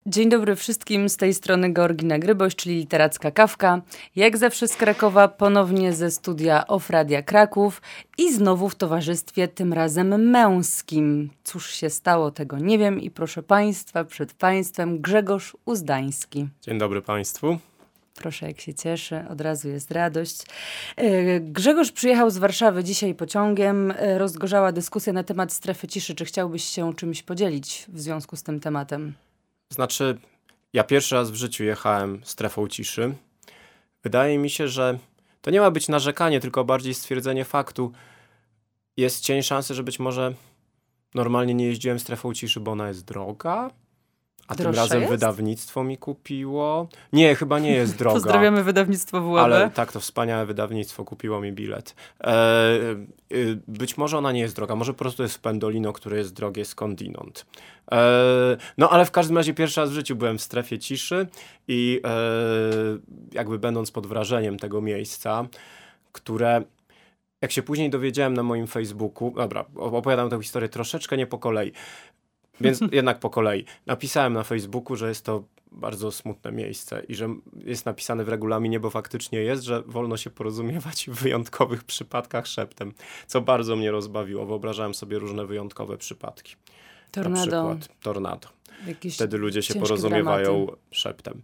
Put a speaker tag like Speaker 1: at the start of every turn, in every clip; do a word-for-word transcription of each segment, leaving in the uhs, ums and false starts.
Speaker 1: Dzień dobry wszystkim, z tej strony Georgina Gryboś, czyli Literacka Kawka. Jak zawsze z Krakowa, ponownie ze studia Off Radia Kraków i znowu w towarzystwie, tym razem męskim. Cóż się stało, tego nie wiem i proszę Państwa, przed Państwem Grzegorz Uzdański.
Speaker 2: Dzień dobry Państwu.
Speaker 1: Proszę, jak się cieszy, od razu jest radość. Grzegorz przyjechał z Warszawy dzisiaj pociągiem. Rozgorzała dyskusja na temat strefy ciszy. Czy chciałbyś się czymś podzielić w związku z tym tematem?
Speaker 2: Znaczy, ja pierwszy raz w życiu jechałem strefą ciszy. Wydaje mi się, że to nie ma być narzekanie, tylko bardziej stwierdzenie faktu. Jest cień szansy, że być może normalnie nie jeździłem strefą ciszy, bo ona jest droga. A
Speaker 1: Droższa
Speaker 2: tym razem
Speaker 1: jest?
Speaker 2: wydawnictwo mi kupiło. Nie, chyba nie jest droga.
Speaker 1: Pozdrawiamy wydawnictwo W U A B.
Speaker 2: Ale tak, to wspaniałe wydawnictwo kupiło mi bilet. E, e, być może ona nie jest droga, może po prostu jest Pendolino, które jest drogie skądinąd. E, no ale w każdym razie pierwszy raz w życiu byłem w strefie ciszy i e, jakby będąc pod wrażeniem tego miejsca, które... Jak się później dowiedziałem na moim Facebooku, dobra, opowiadam tę historię troszeczkę nie po kolei, więc jednak po kolei. Napisałem na Facebooku, że jest to bardzo smutne miejsce i że jest napisane w regulaminie, bo faktycznie jest, że wolno się porozumiewać w wyjątkowych przypadkach szeptem, co bardzo mnie rozbawiło. Wyobrażałem sobie różne wyjątkowe przypadki.
Speaker 1: Tornado.
Speaker 2: Na przykład tornado.
Speaker 1: Jakieś
Speaker 2: Wtedy ludzie się
Speaker 1: ciężkie
Speaker 2: porozumiewają
Speaker 1: dramaty.
Speaker 2: szeptem.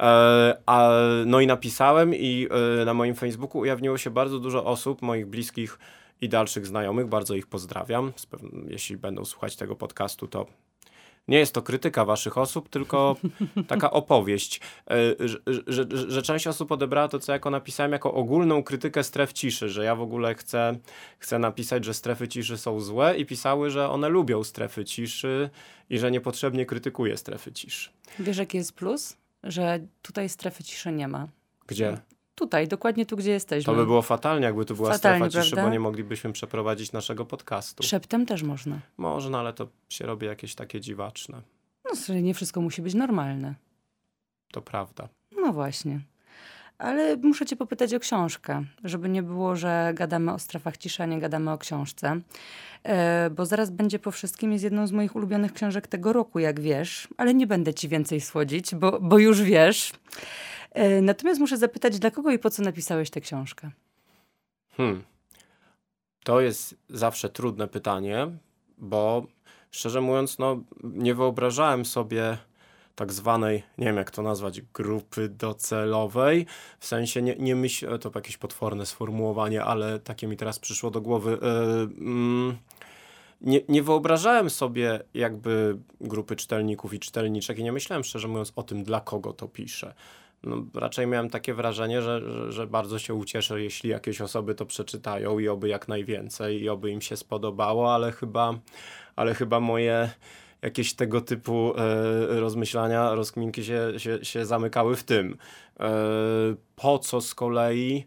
Speaker 2: E, a, no i napisałem i e, na moim Facebooku ujawniło się bardzo dużo osób, moich bliskich i dalszych znajomych. Bardzo ich pozdrawiam. Jeśli będą słuchać tego podcastu, to nie jest to krytyka waszych osób, tylko taka opowieść, e, że, że, że część osób odebrała to, co jako napisałem, jako ogólną krytykę stref ciszy, że ja w ogóle chcę, chcę napisać, że strefy ciszy są złe i pisały, że one lubią strefy ciszy i że niepotrzebnie krytykuję strefy ciszy.
Speaker 1: Wiesz, jaki jest plus? Że tutaj strefy ciszy nie ma.
Speaker 2: Gdzie?
Speaker 1: Tutaj, dokładnie tu, gdzie jesteśmy.
Speaker 2: To by było fatalnie, jakby tu była
Speaker 1: Fatalnie,
Speaker 2: strefa ciszy,
Speaker 1: prawda?
Speaker 2: bo nie moglibyśmy przeprowadzić naszego podcastu.
Speaker 1: Szeptem też można.
Speaker 2: Można, ale to się robi jakieś takie dziwaczne.
Speaker 1: No, słuchaj, nie wszystko musi być normalne.
Speaker 2: To prawda.
Speaker 1: No właśnie. Ale muszę cię popytać o książkę, żeby nie było, że gadamy o strefach ciszy, a nie gadamy o książce. E, bo zaraz będzie po wszystkim, jest jedną z moich ulubionych książek tego roku, jak wiesz. Ale nie będę ci więcej słodzić, bo, bo już wiesz. E, natomiast muszę zapytać, dla kogo i po co napisałeś tę książkę?
Speaker 2: Hmm. To jest zawsze trudne pytanie, bo szczerze mówiąc, no nie wyobrażałem sobie tak zwanej, nie wiem jak to nazwać, grupy docelowej. W sensie nie, nie myślę, to jakieś potworne sformułowanie, ale takie mi teraz przyszło do głowy. Yy, mm, nie, nie wyobrażałem sobie jakby grupy czytelników i czytelniczek i nie myślałem szczerze mówiąc o tym, dla kogo to piszę. No, raczej miałem takie wrażenie, że, że, że bardzo się ucieszę, jeśli jakieś osoby to przeczytają i oby jak najwięcej i oby im się spodobało, ale chyba, ale chyba moje jakieś tego typu e, rozmyślania, rozkminki się, się, się zamykały w tym. E, po co z kolei?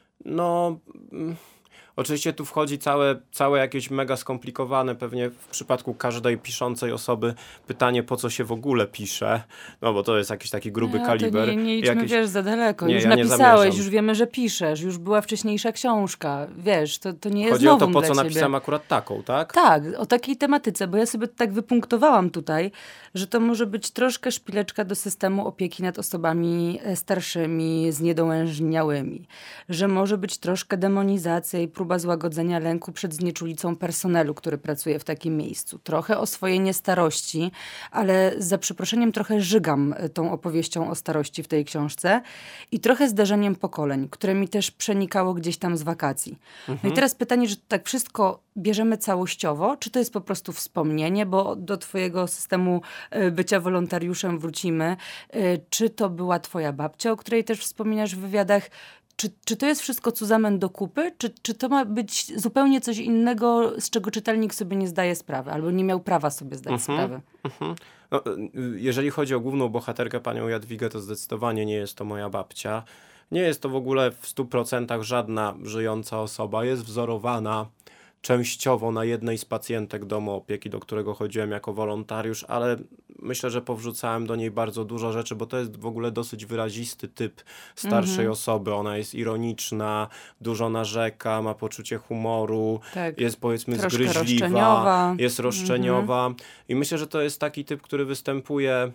Speaker 2: No... Mm, Oczywiście tu wchodzi całe, całe jakieś mega skomplikowane, pewnie w przypadku każdej piszącej osoby, pytanie, po co się w ogóle pisze, no bo to jest jakiś taki gruby
Speaker 1: No,
Speaker 2: kaliber.
Speaker 1: To nie, nie idźmy,
Speaker 2: jakiś...
Speaker 1: wiesz, za daleko.
Speaker 2: Nie,
Speaker 1: już
Speaker 2: ja nie
Speaker 1: napisałeś,
Speaker 2: zamierzam.
Speaker 1: już wiemy, że piszesz, już była wcześniejsza książka. Wiesz, to, to nie jest
Speaker 2: Chodzi o to,
Speaker 1: nowum
Speaker 2: po
Speaker 1: dla
Speaker 2: co
Speaker 1: ciebie.
Speaker 2: napisałem akurat taką, tak?
Speaker 1: Tak, o takiej tematyce, bo ja sobie tak wypunktowałam tutaj, że to może być troszkę szpileczka do systemu opieki nad osobami starszymi, zniedołężniałymi. Że może być troszkę demonizacja i próba złagodzenia lęku przed znieczulicą personelu, który pracuje w takim miejscu. Trochę oswojenie starości, ale za przeproszeniem trochę żygam tą opowieścią o starości w tej książce i trochę zderzeniem pokoleń, które mi też przenikało gdzieś tam z wakacji.
Speaker 2: Mhm.
Speaker 1: No i teraz pytanie, że tak wszystko bierzemy całościowo, czy to jest po prostu wspomnienie, bo do twojego systemu y, bycia wolontariuszem wrócimy. Y, czy to była twoja babcia, o której też wspominasz w wywiadach? Czy, czy to jest wszystko cuzamen do kupy? Czy, czy to ma być zupełnie coś innego, z czego czytelnik sobie nie zdaje sprawy, albo nie miał prawa sobie zdać
Speaker 2: Mhm.
Speaker 1: sprawy?
Speaker 2: Mhm. No, jeżeli chodzi o główną bohaterkę, panią Jadwigę, to zdecydowanie nie jest to moja babcia. Nie jest to w ogóle w stu procentach żadna żyjąca osoba. Jest wzorowana częściowo na jednej z pacjentek domu opieki, do którego chodziłem jako wolontariusz, ale myślę, że powrzucałem do niej bardzo dużo rzeczy, bo to jest w ogóle dosyć wyrazisty typ starszej
Speaker 1: Mhm.
Speaker 2: osoby. Ona jest ironiczna, dużo narzeka, ma poczucie humoru,
Speaker 1: Tak.
Speaker 2: jest powiedzmy
Speaker 1: Troszkę
Speaker 2: zgryźliwa,
Speaker 1: roszczeniowa.
Speaker 2: jest roszczeniowa i myślę, że to jest taki typ, który występuje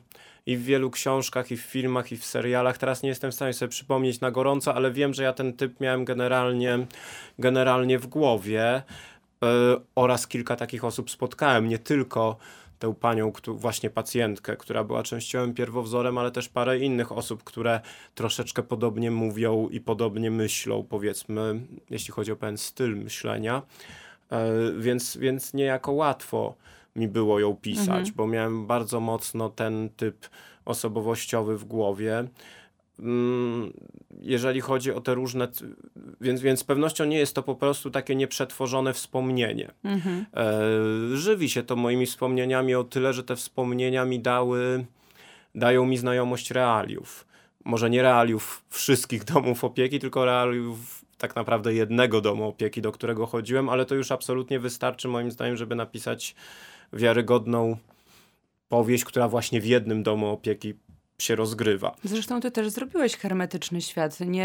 Speaker 2: i w wielu książkach, i w filmach, i w serialach. Teraz nie jestem w stanie sobie przypomnieć na gorąco, ale wiem, że ja ten typ miałem generalnie, generalnie w głowie yy, oraz kilka takich osób spotkałem. Nie tylko tę panią, któ- właśnie pacjentkę, która była częściowym pierwowzorem, ale też parę innych osób, które troszeczkę podobnie mówią i podobnie myślą, powiedzmy, jeśli chodzi o pewien styl myślenia. Yy, więc, więc niejako łatwo mi było ją pisać,
Speaker 1: Mhm.
Speaker 2: bo miałem bardzo mocno ten typ osobowościowy w głowie. Mm, Jeżeli chodzi o te różne, c- więc, więc z pewnością nie jest to po prostu takie nieprzetworzone wspomnienie.
Speaker 1: Mhm.
Speaker 2: E, żywi się to moimi wspomnieniami o tyle, że te wspomnienia mi dały, dają mi znajomość realiów. Może nie realiów wszystkich domów opieki, tylko realiów tak naprawdę jednego domu opieki, do którego chodziłem, ale to już absolutnie wystarczy moim zdaniem, żeby napisać wiarygodną powieść, która właśnie w jednym domu opieki się rozgrywa.
Speaker 1: Zresztą ty też zrobiłeś hermetyczny świat. Nie,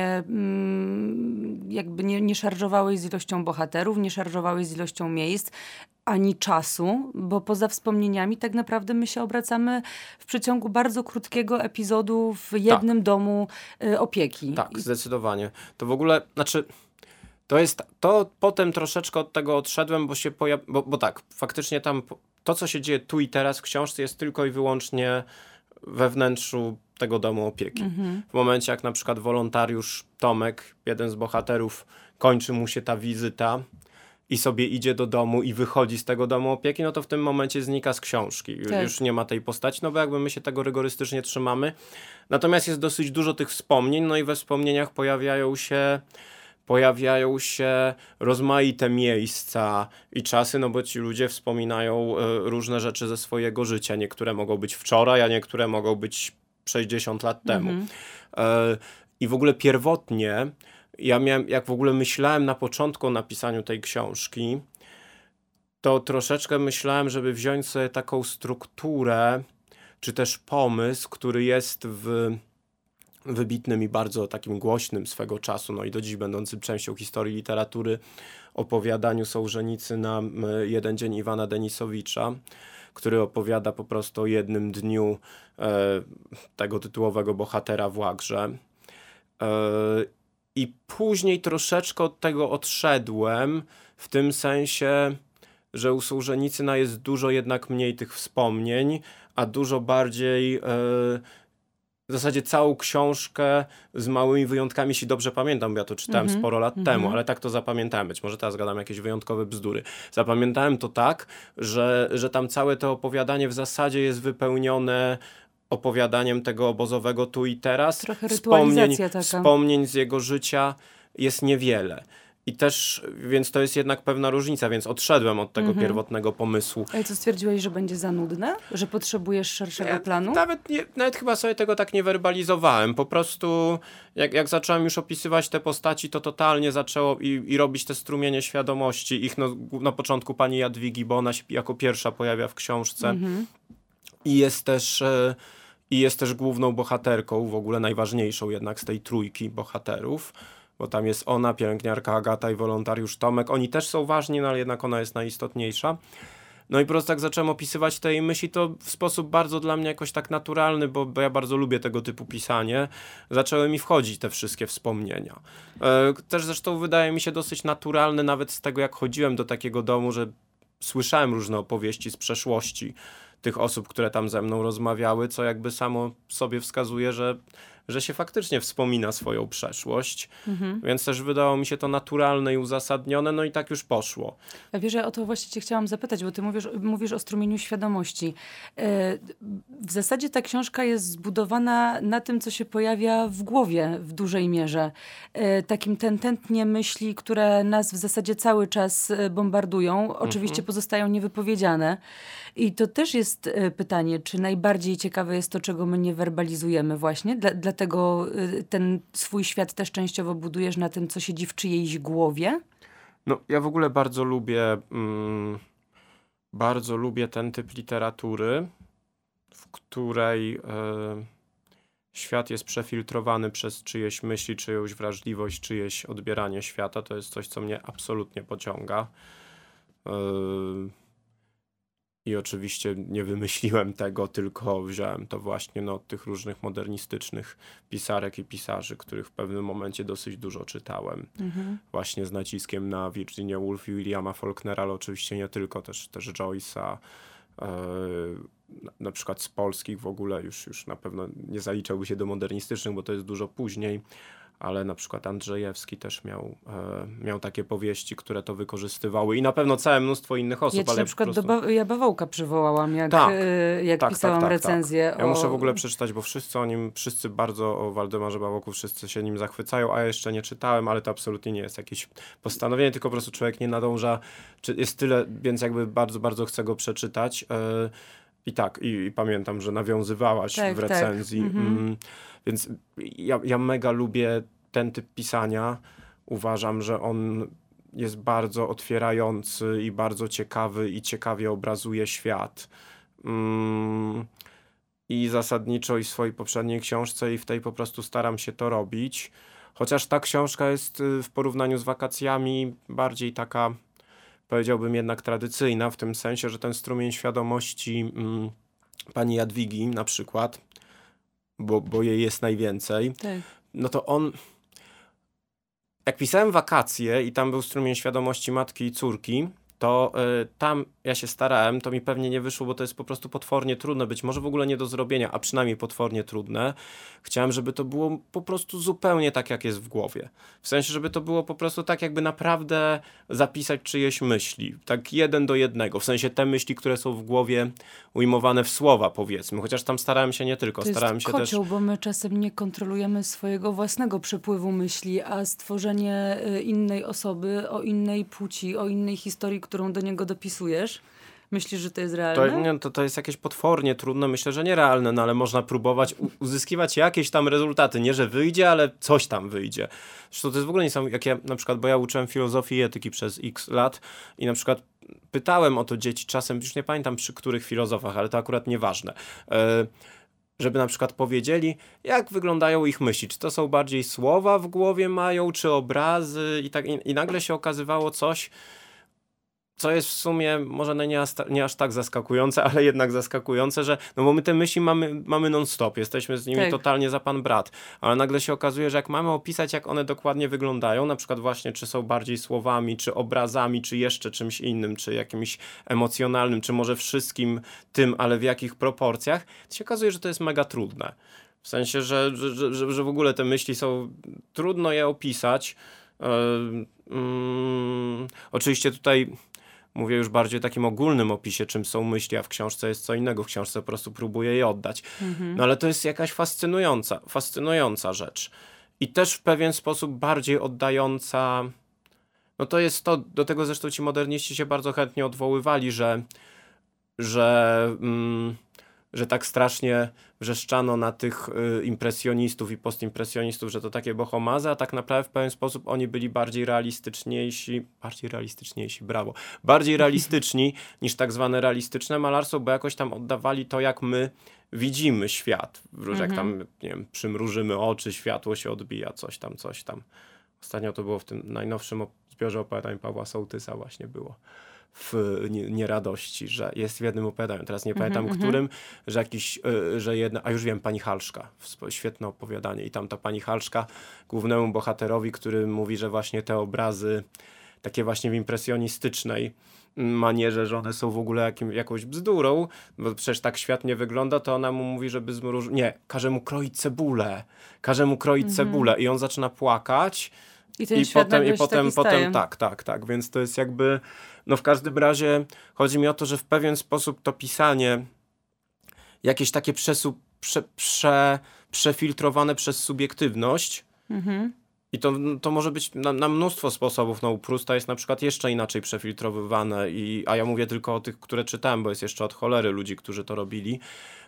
Speaker 1: mm, jakby nie, nie szarżowałeś z ilością bohaterów, nie szarżowałeś z ilością miejsc, ani czasu, bo poza wspomnieniami tak naprawdę my się obracamy w przeciągu bardzo krótkiego epizodu w jednym domu y, opieki.
Speaker 2: Tak,
Speaker 1: I
Speaker 2: zdecydowanie. To w ogóle, znaczy, to jest, to potem troszeczkę od tego odszedłem, bo się pojawi, bo, bo tak, faktycznie tam po- to, co się dzieje tu i teraz w książce jest tylko i wyłącznie we wnętrzu tego domu opieki.
Speaker 1: Mhm.
Speaker 2: W momencie, jak na przykład wolontariusz Tomek, jeden z bohaterów, kończy mu się ta wizyta i sobie idzie do domu i wychodzi z tego domu opieki, no to w tym momencie znika z książki. Ju-
Speaker 1: Tak.
Speaker 2: Już nie ma tej postaci, no bo jakby my się tego rygorystycznie trzymamy. Natomiast jest dosyć dużo tych wspomnień, no i we wspomnieniach pojawiają się pojawiają się rozmaite miejsca i czasy, no bo ci ludzie wspominają e, różne rzeczy ze swojego życia. Niektóre mogą być wczoraj, a niektóre mogą być sześćdziesiąt lat temu.
Speaker 1: Mhm.
Speaker 2: E, I w ogóle pierwotnie, ja miałem, jak w ogóle myślałem na początku o napisaniu tej książki, to troszeczkę myślałem, żeby wziąć sobie taką strukturę, czy też pomysł, który jest w wybitnym i bardzo takim głośnym swego czasu, no i do dziś będącym częścią historii literatury, opowiadaniu Sołżenicyna m, Jeden dzień Iwana Denisowicza, który opowiada po prostu o jednym dniu e, tego tytułowego bohatera w Łagrze. E, I później troszeczkę od tego odszedłem, w tym sensie, że u Sołżenicyna jest dużo jednak mniej tych wspomnień, a dużo bardziej e, w zasadzie całą książkę z małymi wyjątkami, jeśli dobrze pamiętam, bo ja to czytałem
Speaker 1: Mhm,
Speaker 2: sporo lat
Speaker 1: mhm.
Speaker 2: temu, ale tak to zapamiętałem. Być może teraz gadam jakieś wyjątkowe bzdury. Zapamiętałem to tak, że, że tam całe to opowiadanie w zasadzie jest wypełnione opowiadaniem tego obozowego tu i teraz.
Speaker 1: Trochę
Speaker 2: Wspomnień,
Speaker 1: rytualizacja taka.
Speaker 2: wspomnień z jego życia jest niewiele. I też, więc to jest jednak pewna różnica, więc odszedłem od tego
Speaker 1: Mhm.
Speaker 2: pierwotnego pomysłu.
Speaker 1: Ale co, stwierdziłeś, że będzie za nudne? Że potrzebujesz szerszego
Speaker 2: Ja
Speaker 1: planu?
Speaker 2: Nawet, nie, nawet chyba sobie tego tak nie werbalizowałem. Po prostu jak, jak zacząłem już opisywać te postaci, to totalnie zaczęło i, i robić te strumienie świadomości. Ich no, na początku pani Jadwigi, bo ona się jako pierwsza pojawia w książce.
Speaker 1: Mhm.
Speaker 2: I jest też, e, i jest też główną bohaterką, w ogóle najważniejszą jednak z tej trójki bohaterów. Bo tam jest ona, pielęgniarka Agata i wolontariusz Tomek. Oni też są ważni, no ale jednak ona jest najistotniejsza. No i po prostu tak zacząłem opisywać te jej myśli, to w sposób bardzo dla mnie jakoś tak naturalny, bo, bo ja bardzo lubię tego typu pisanie. Zaczęły mi wchodzić te wszystkie wspomnienia. E, też zresztą wydaje mi się dosyć naturalne nawet z tego, jak chodziłem do takiego domu, że słyszałem różne opowieści z przeszłości tych osób, które tam ze mną rozmawiały, co jakby samo sobie wskazuje, że, że się faktycznie wspomina swoją przeszłość.
Speaker 1: Mhm.
Speaker 2: Więc też wydało mi się to naturalne i uzasadnione, no i tak już poszło.
Speaker 1: Ja wiesz, ja o to właśnie cię chciałam zapytać, bo ty mówisz, mówisz o strumieniu świadomości. E, W zasadzie ta książka jest zbudowana na tym, co się pojawia w głowie w dużej mierze. E, Takim ten tętnie myśli, które nas w zasadzie cały czas e, bombardują, oczywiście pozostają niewypowiedziane. I to też jest e, pytanie, czy najbardziej ciekawe jest to, czego my nie werbalizujemy właśnie? Dla, dlatego e, ten swój świat też częściowo budujesz na tym, co siedzi w czyjejś głowie?
Speaker 2: No, ja w ogóle bardzo lubię, mm, bardzo lubię ten typ literatury, w której e, świat jest przefiltrowany przez czyjeś myśli, czyjąś wrażliwość, czyjeś odbieranie świata. To jest coś, co mnie absolutnie pociąga. E, I oczywiście nie wymyśliłem tego, tylko wziąłem to właśnie no, od tych różnych modernistycznych pisarek i pisarzy, których w pewnym momencie dosyć dużo czytałem. Mhm. Właśnie z naciskiem na Virginia Woolf i Williama Faulknera, ale oczywiście nie tylko, też, też Joyce'a. Yy, na, na przykład z polskich w ogóle już, już na pewno nie zaliczałby się do modernistycznych, bo to jest dużo później. Ale na przykład Andrzejewski też miał, e, miał takie powieści, które to wykorzystywały i na pewno całe mnóstwo innych osób.
Speaker 1: Ja ci
Speaker 2: ale
Speaker 1: na przykład
Speaker 2: prostu...
Speaker 1: do ba- ja Bawołka przywołałam, jak,
Speaker 2: tak,
Speaker 1: e, jak
Speaker 2: tak,
Speaker 1: pisałam
Speaker 2: tak, tak,
Speaker 1: recenzję.
Speaker 2: Tak. Ja
Speaker 1: o...
Speaker 2: muszę w ogóle przeczytać, bo wszyscy o nim, wszyscy bardzo o Waldemarze Bawołku, wszyscy się nim zachwycają, a ja jeszcze nie czytałem, ale to absolutnie nie jest jakieś postanowienie, tylko po prostu człowiek nie nadąża. Czy jest tyle, więc jakby bardzo, bardzo chcę go przeczytać. E, I tak, i, i pamiętam, że nawiązywałaś
Speaker 1: tak,
Speaker 2: w recenzji.
Speaker 1: Tak. Mhm.
Speaker 2: Mm, więc ja, ja mega lubię ten typ pisania. Uważam, że on jest bardzo otwierający i bardzo ciekawy i ciekawie obrazuje świat. Mm, I zasadniczo i w swojej poprzedniej książce i w tej po prostu staram się to robić. Chociaż ta książka jest w porównaniu z Wakacjami bardziej taka, powiedziałbym jednak tradycyjna, w tym sensie, że ten strumień świadomości mm, pani Jadwigi na przykład, bo, bo jej jest najwięcej,
Speaker 1: tak.
Speaker 2: no to on... Jak pisałem Wakacje i tam był strumień świadomości matki i córki, to y, tam ja się starałem, to mi pewnie nie wyszło, bo to jest po prostu potwornie trudne, być może w ogóle nie do zrobienia, a przynajmniej potwornie trudne. Chciałem, żeby to było po prostu zupełnie tak, jak jest w głowie. W sensie, żeby to było po prostu tak, jakby naprawdę zapisać czyjeś myśli. Tak jeden do jednego. W sensie te myśli, które są w głowie ujmowane w słowa, powiedzmy. Chociaż tam starałem się nie tylko,
Speaker 1: to
Speaker 2: starałem
Speaker 1: jest
Speaker 2: się
Speaker 1: kocioł,
Speaker 2: też...
Speaker 1: bo my czasem nie kontrolujemy swojego własnego przepływu myśli, a stworzenie innej osoby o innej płci, o innej historii, którą do niego dopisujesz, myślisz, że to jest realne?
Speaker 2: To, nie, to, to jest jakieś potwornie trudne, myślę, że nierealne, no ale można próbować u- uzyskiwać jakieś tam rezultaty. Nie, że wyjdzie, ale coś tam wyjdzie. Zresztą to jest w ogóle niesamowite, jak ja na przykład, bo ja uczyłem filozofii i etyki przez x lat i na przykład pytałem o to dzieci czasem, już nie pamiętam przy których filozofach, ale to akurat nieważne. Yy, żeby na przykład powiedzieli, jak wyglądają ich myśli. Czy to są bardziej słowa w głowie mają, czy obrazy i tak. I, i nagle się okazywało coś, co jest w sumie może nie aż, nie aż tak zaskakujące, ale jednak zaskakujące, że no bo my te myśli mamy, mamy non-stop, jesteśmy z nimi
Speaker 1: tak.
Speaker 2: totalnie za pan brat, ale nagle się okazuje, że jak mamy opisać, jak one dokładnie wyglądają, na przykład właśnie czy są bardziej słowami, czy obrazami, czy jeszcze czymś innym, czy jakimś emocjonalnym, czy może wszystkim tym, ale w jakich proporcjach, to się okazuje, że to jest mega trudne. W sensie, że, że, że, że w ogóle te myśli są, trudno je opisać. Yy, yy, oczywiście tutaj mówię już bardziej o takim ogólnym opisie, czym są myśli, a w książce jest co innego. W książce po prostu próbuję je oddać. Mhm. No ale to jest jakaś fascynująca, fascynująca rzecz. I też w pewien sposób bardziej oddająca... No to jest to, do tego zresztą ci moderniści się bardzo chętnie odwoływali, że, że, mm, że tak strasznie wrzeszczano na tych y, impresjonistów i postimpresjonistów, że to takie bohomazy, a tak naprawdę w pewien sposób oni byli bardziej realistyczniejsi, bardziej realistyczniejsi, brawo, bardziej realistyczni niż tak zwane realistyczne malarstwo, bo jakoś tam oddawali to, jak my widzimy świat. Mhm. Jak tam, nie wiem, przymrużymy oczy, światło się odbija, coś tam, coś tam. Ostatnio to było w tym najnowszym zbiorze opowiadań Pawła Sołtysa właśnie było. W nieradości, że jest w jednym opowiadaniu, teraz nie pamiętam mm-hmm, którym, że jakiś, y, że jedna, a już wiem, pani Halszka, świetne opowiadanie i tam ta pani Halszka głównemu bohaterowi, który mówi, że właśnie te obrazy takie właśnie w impresjonistycznej manierze, że one są w ogóle jakim, jakąś bzdurą, bo przecież tak świat nie wygląda, to ona mu mówi, żeby zmrużył, nie, każe mu kroić cebulę, każe mu kroić mm-hmm. cebulę i on zaczyna płakać.
Speaker 1: I, ten
Speaker 2: I
Speaker 1: świat
Speaker 2: potem, i potem,
Speaker 1: taki
Speaker 2: potem
Speaker 1: staje.
Speaker 2: tak, tak, tak, więc to jest jakby, no w każdym razie chodzi mi o to, że w pewien sposób to pisanie jakieś takie przesu, prze, prze, przefiltrowane przez subiektywność mhm. i to, to może być na, na mnóstwo sposobów, no u Prusta jest na przykład jeszcze inaczej przefiltrowywane, i, a ja mówię tylko o tych, które czytałem, bo jest jeszcze od cholery ludzi, którzy to robili.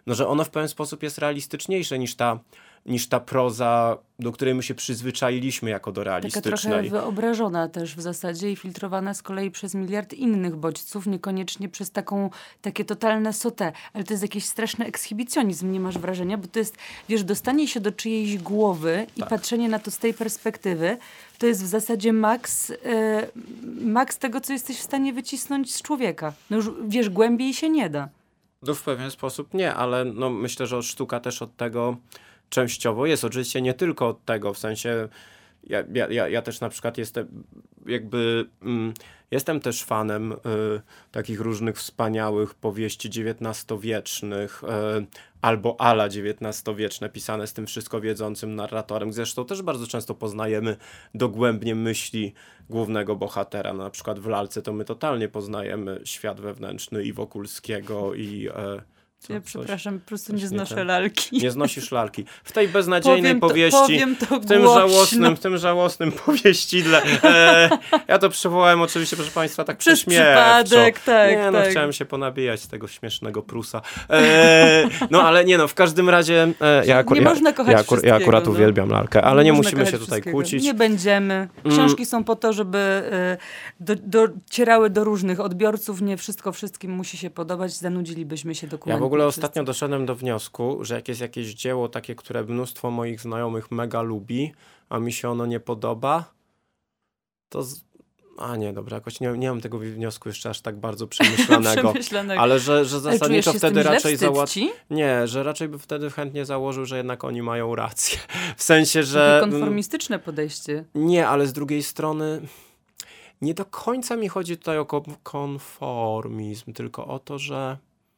Speaker 2: no, że ono w pewien sposób jest realistyczniejsze niż ta, niż ta proza, do której my się przyzwyczailiśmy jako do realistycznej.
Speaker 1: Taka trochę wyobrażona też w zasadzie i filtrowana z kolei przez miliard innych bodźców, niekoniecznie przez taką, takie totalne sauté. Ale to jest jakiś straszny ekshibicjonizm, nie masz wrażenia? Bo to jest, wiesz, dostanie się do czyjejś głowy i
Speaker 2: tak.
Speaker 1: patrzenie na to z tej perspektywy, to jest w zasadzie maks, yy, maks tego, co jesteś w stanie wycisnąć z człowieka. No już, wiesz, głębiej się nie da.
Speaker 2: No w pewien sposób nie, ale no myślę, że sztuka też od tego częściowo jest. Oczywiście nie tylko od tego, w sensie ja, ja, ja też na przykład jestem jakby mm, jestem też fanem y, takich różnych wspaniałych powieści dziewiętnastowiecznych y, albo ala dziewiętnastowieczne pisane z tym wszystko wiedzącym narratorem. Zresztą też bardzo często poznajemy dogłębnie myśli głównego bohatera. No, na przykład w Lalce to my totalnie poznajemy świat wewnętrzny i Wokulskiego i e, Co,
Speaker 1: ja
Speaker 2: coś,
Speaker 1: przepraszam, po prostu nie
Speaker 2: nie
Speaker 1: znoszę
Speaker 2: ten-
Speaker 1: lalki.
Speaker 2: nie znosisz lalki. W tej beznadziejnej
Speaker 1: Powiem to-
Speaker 2: powieści,
Speaker 1: powiem to
Speaker 2: w tym
Speaker 1: głośno.
Speaker 2: żałosnym, w tym żałosnym powieścidle. E, ja to przywołałem oczywiście, proszę państwa, tak
Speaker 1: Przez
Speaker 2: prześmiewczo.
Speaker 1: przypadek, tak,
Speaker 2: Nie, no
Speaker 1: tak.
Speaker 2: chciałem się ponabijać z tego śmiesznego Prusa. E, no ale nie no, w każdym razie e, ja, akur,
Speaker 1: Nie
Speaker 2: ja,
Speaker 1: można kochać
Speaker 2: ja, akur, ja
Speaker 1: wszystkiego,
Speaker 2: akurat
Speaker 1: no.
Speaker 2: uwielbiam lalkę, ale nie
Speaker 1: można
Speaker 2: musimy
Speaker 1: kochać
Speaker 2: się tutaj
Speaker 1: wszystkiego.
Speaker 2: kłócić.
Speaker 1: Nie będziemy. Książki są po to, żeby y, do, docierały do różnych odbiorców. Nie wszystko wszystkim musi się podobać. Zanudzilibyśmy się
Speaker 2: Ja
Speaker 1: dokumentami.
Speaker 2: w ogóle ostatnio doszedłem do wniosku, że jak jest jakieś dzieło takie, które mnóstwo moich znajomych mega lubi, a mi się ono nie podoba, to... Z... A nie, dobra, jakoś nie, nie mam tego wniosku jeszcze aż tak bardzo przemyślanego.
Speaker 1: Przemyślanego.
Speaker 2: Ale że, że
Speaker 1: Ale czujesz
Speaker 2: zasadniczo
Speaker 1: się z tym
Speaker 2: wtedy
Speaker 1: źle?
Speaker 2: raczej
Speaker 1: Wstyd
Speaker 2: załatw...
Speaker 1: ci?
Speaker 2: Nie, że raczej by wtedy chętnie założył, że jednak oni mają rację. W sensie,
Speaker 1: Takie
Speaker 2: że...
Speaker 1: konformistyczne podejście.
Speaker 2: Nie, ale z drugiej strony nie do końca mi chodzi tutaj o ko- konformizm, tylko o to, że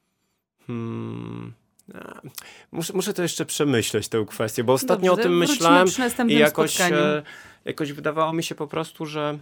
Speaker 2: hmm, a, muszę, muszę to jeszcze przemyśleć tę kwestię, bo ostatnio
Speaker 1: Dobrze,
Speaker 2: o tym
Speaker 1: wrócimy
Speaker 2: myślałem
Speaker 1: przy następnym
Speaker 2: i jakoś,
Speaker 1: spotkaniu.
Speaker 2: e, jakoś wydawało mi się po prostu, że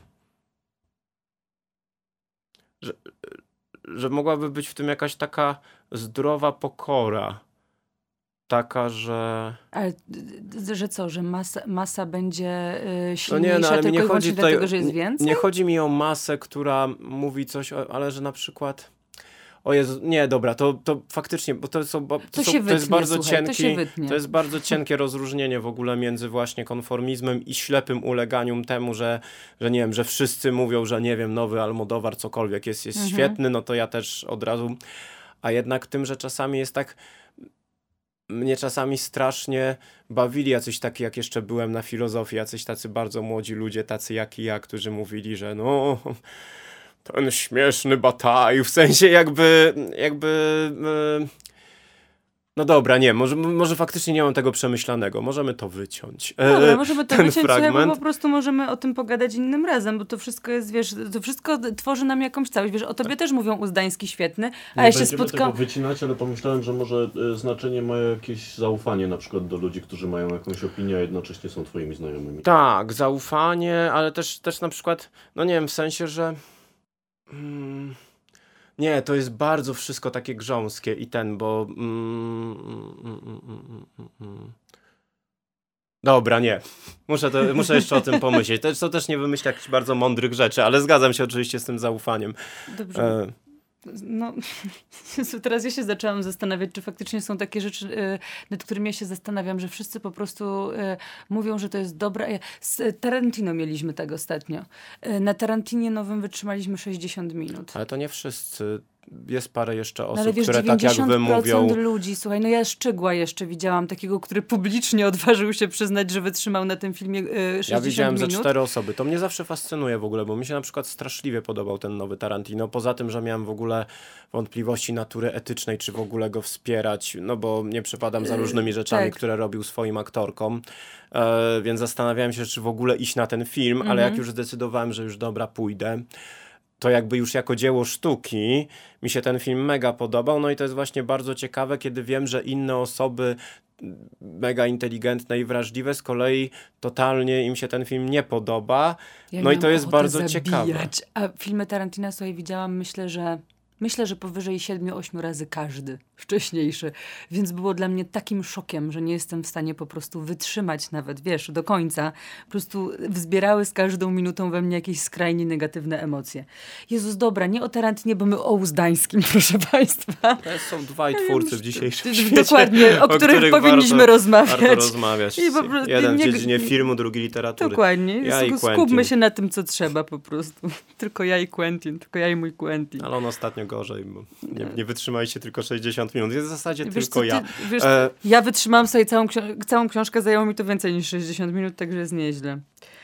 Speaker 2: że, że mogłaby być w tym jakaś taka zdrowa pokora. Taka, że...
Speaker 1: Ale d- że co, że masa, masa będzie y,
Speaker 2: No
Speaker 1: silniejsza
Speaker 2: nie, no ale mi
Speaker 1: tylko
Speaker 2: nie
Speaker 1: i
Speaker 2: chodzi
Speaker 1: wyłącznie
Speaker 2: tutaj,
Speaker 1: dlatego, że jest
Speaker 2: nie,
Speaker 1: więcej?
Speaker 2: nie chodzi mi o masę, która mówi coś, o, ale że na przykład o Jezu, nie, dobra, to, to faktycznie, bo to, są, ba- to,
Speaker 1: To
Speaker 2: są,
Speaker 1: się
Speaker 2: to jest
Speaker 1: wytnie,
Speaker 2: bardzo
Speaker 1: słuchaj, to
Speaker 2: cienki,
Speaker 1: się wytnie.
Speaker 2: to jest bardzo cienkie rozróżnienie w ogóle między właśnie konformizmem i ślepym uleganiem temu, że, że nie wiem, że wszyscy mówią, że nie wiem, nowy Almodóvar, cokolwiek jest, jest
Speaker 1: Mhm.
Speaker 2: świetny, no to ja też od razu, a jednak tym, że czasami jest tak, mnie czasami strasznie bawili jacyś taki, jak jeszcze byłem na filozofii, jacyś tacy bardzo młodzi ludzie, tacy jak i ja, którzy mówili, że no, ten śmieszny Bataille, w sensie jakby, jakby, e, no dobra, nie, może, może faktycznie nie mam tego przemyślanego, możemy to wyciąć. E,
Speaker 1: Dobra, możemy to
Speaker 2: ten
Speaker 1: wyciąć, słuchaj, bo
Speaker 2: fragment.
Speaker 1: po prostu możemy o tym pogadać innym razem, bo to wszystko jest, wiesz, to wszystko tworzy nam jakąś całość. Wiesz, o tobie też mówią Uzdański świetny, a
Speaker 3: Nie
Speaker 1: ja się
Speaker 3: będziemy
Speaker 1: spotkałam...
Speaker 3: tego wycinać, ale pomyślałem, że może e, znaczenie ma jakieś zaufanie na przykład do ludzi, którzy mają jakąś opinię, a jednocześnie są twoimi znajomymi.
Speaker 2: Tak, zaufanie, ale też, też na przykład, no nie wiem, w sensie, że mm, nie, to jest bardzo wszystko takie grząskie i ten, bo mm, mm, mm, mm, mm, mm. Dobra, nie. Muszę, to, muszę jeszcze o tym pomyśleć. To, to też nie wymyślę jakichś bardzo mądrych rzeczy, ale zgadzam się oczywiście z tym zaufaniem.
Speaker 1: Dobrze.
Speaker 2: E,
Speaker 1: No, Jezu, teraz ja się zaczęłam zastanawiać, czy faktycznie są takie rzeczy, y, nad którymi ja się zastanawiam, że wszyscy po prostu y, mówią, że to jest dobre. Ja- Z Tarantino mieliśmy tak ostatnio. Y, na Tarantinie nowym wytrzymaliśmy sześćdziesiąt minut.
Speaker 2: ale to nie wszyscy. Jest parę jeszcze
Speaker 1: No
Speaker 2: osób,
Speaker 1: ale wiesz,
Speaker 2: które tak jak
Speaker 1: dziewięćdziesiąt
Speaker 2: wy
Speaker 1: procent
Speaker 2: mówią.
Speaker 1: ludzi, słuchaj, no ja Szczygła jeszcze widziałam, takiego, który publicznie odważył się przyznać, że wytrzymał na tym filmie y, sześćdziesiąt
Speaker 2: Ja widziałem ze
Speaker 1: minut.
Speaker 2: cztery osoby. To mnie zawsze fascynuje w ogóle, bo mi się na przykład straszliwie podobał ten nowy Tarantino. Poza tym, że miałem w ogóle wątpliwości natury etycznej, czy w ogóle go wspierać, no bo nie przepadam za
Speaker 1: Yy,
Speaker 2: różnymi rzeczami,
Speaker 1: tak.
Speaker 2: które robił swoim aktorkom. E, więc zastanawiałem się, czy w ogóle iść na ten film, ale jak
Speaker 1: Mhm.
Speaker 2: już zdecydowałem, że już dobra, pójdę, to jakby już jako dzieło sztuki mi się ten film mega podobał. No i to jest właśnie bardzo ciekawe, kiedy wiem, że inne osoby mega inteligentne i wrażliwe z kolei totalnie im się ten film nie podoba.
Speaker 1: Ja
Speaker 2: No i
Speaker 1: miałam
Speaker 2: to jest
Speaker 1: ochotę
Speaker 2: bardzo
Speaker 1: zabijać.
Speaker 2: ciekawe.
Speaker 1: A filmy Tarantina, słuchaj, widziałam, myślę, że Myślę, że powyżej siedmiu, ośmiu razy każdy wcześniejszy. Więc było dla mnie takim szokiem, że nie jestem w stanie po prostu wytrzymać nawet, wiesz, do końca. Po prostu wzbierały z każdą minutą we mnie jakieś skrajnie negatywne emocje. Jezus, dobra, nie o Tarantinie, bo my o Uzdańskim, proszę państwa.
Speaker 2: To są dwaj twórcy w dzisiejszym świecie.
Speaker 1: Dokładnie, o, o których, których powinniśmy
Speaker 2: warto,
Speaker 1: rozmawiać.
Speaker 2: Warto rozmawiać.
Speaker 1: I po prostu,
Speaker 2: Jeden
Speaker 1: nie,
Speaker 2: w dziedzinie filmu, drugi literatury.
Speaker 1: Dokładnie.
Speaker 2: Ja i
Speaker 1: Skupmy
Speaker 2: Quentin.
Speaker 1: się na tym, co trzeba po prostu. Tylko ja i Quentin, tylko ja i mój Quentin.
Speaker 2: Ale on ostatnio gorzej, bo nie, nie wytrzymaliście tylko sześćdziesiąt minut. Jest w zasadzie
Speaker 1: Wiesz,
Speaker 2: tylko
Speaker 1: ty,
Speaker 2: ja.
Speaker 1: Wiesz,
Speaker 2: e...
Speaker 1: Ja wytrzymałam sobie całą, ksi- całą książkę, zajęło mi to więcej niż sześćdziesiąt minut, także jest nieźle.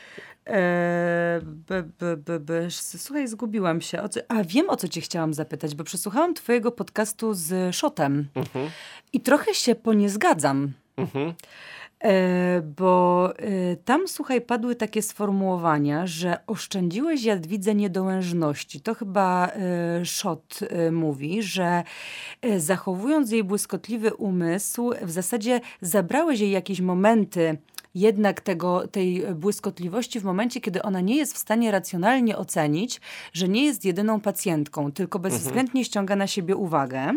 Speaker 1: Eee, b, b, b, b. Słuchaj, zgubiłam się. O co, a wiem, o co cię chciałam zapytać, bo przesłuchałam twojego podcastu z Szotem
Speaker 2: Mhm.
Speaker 1: i trochę się po nie zgadzam.
Speaker 2: Mhm.
Speaker 1: E, bo e, tam, słuchaj, padły takie sformułowania, że oszczędziłeś Jadwidze niedołężności. To chyba e, Szot e, mówi, że e, zachowując jej błyskotliwy umysł, w zasadzie zabrałeś jej jakieś momenty jednak tego, tej błyskotliwości w momencie, kiedy ona nie jest w stanie racjonalnie ocenić, że nie jest jedyną pacjentką, tylko bezwzględnie ściąga na siebie uwagę.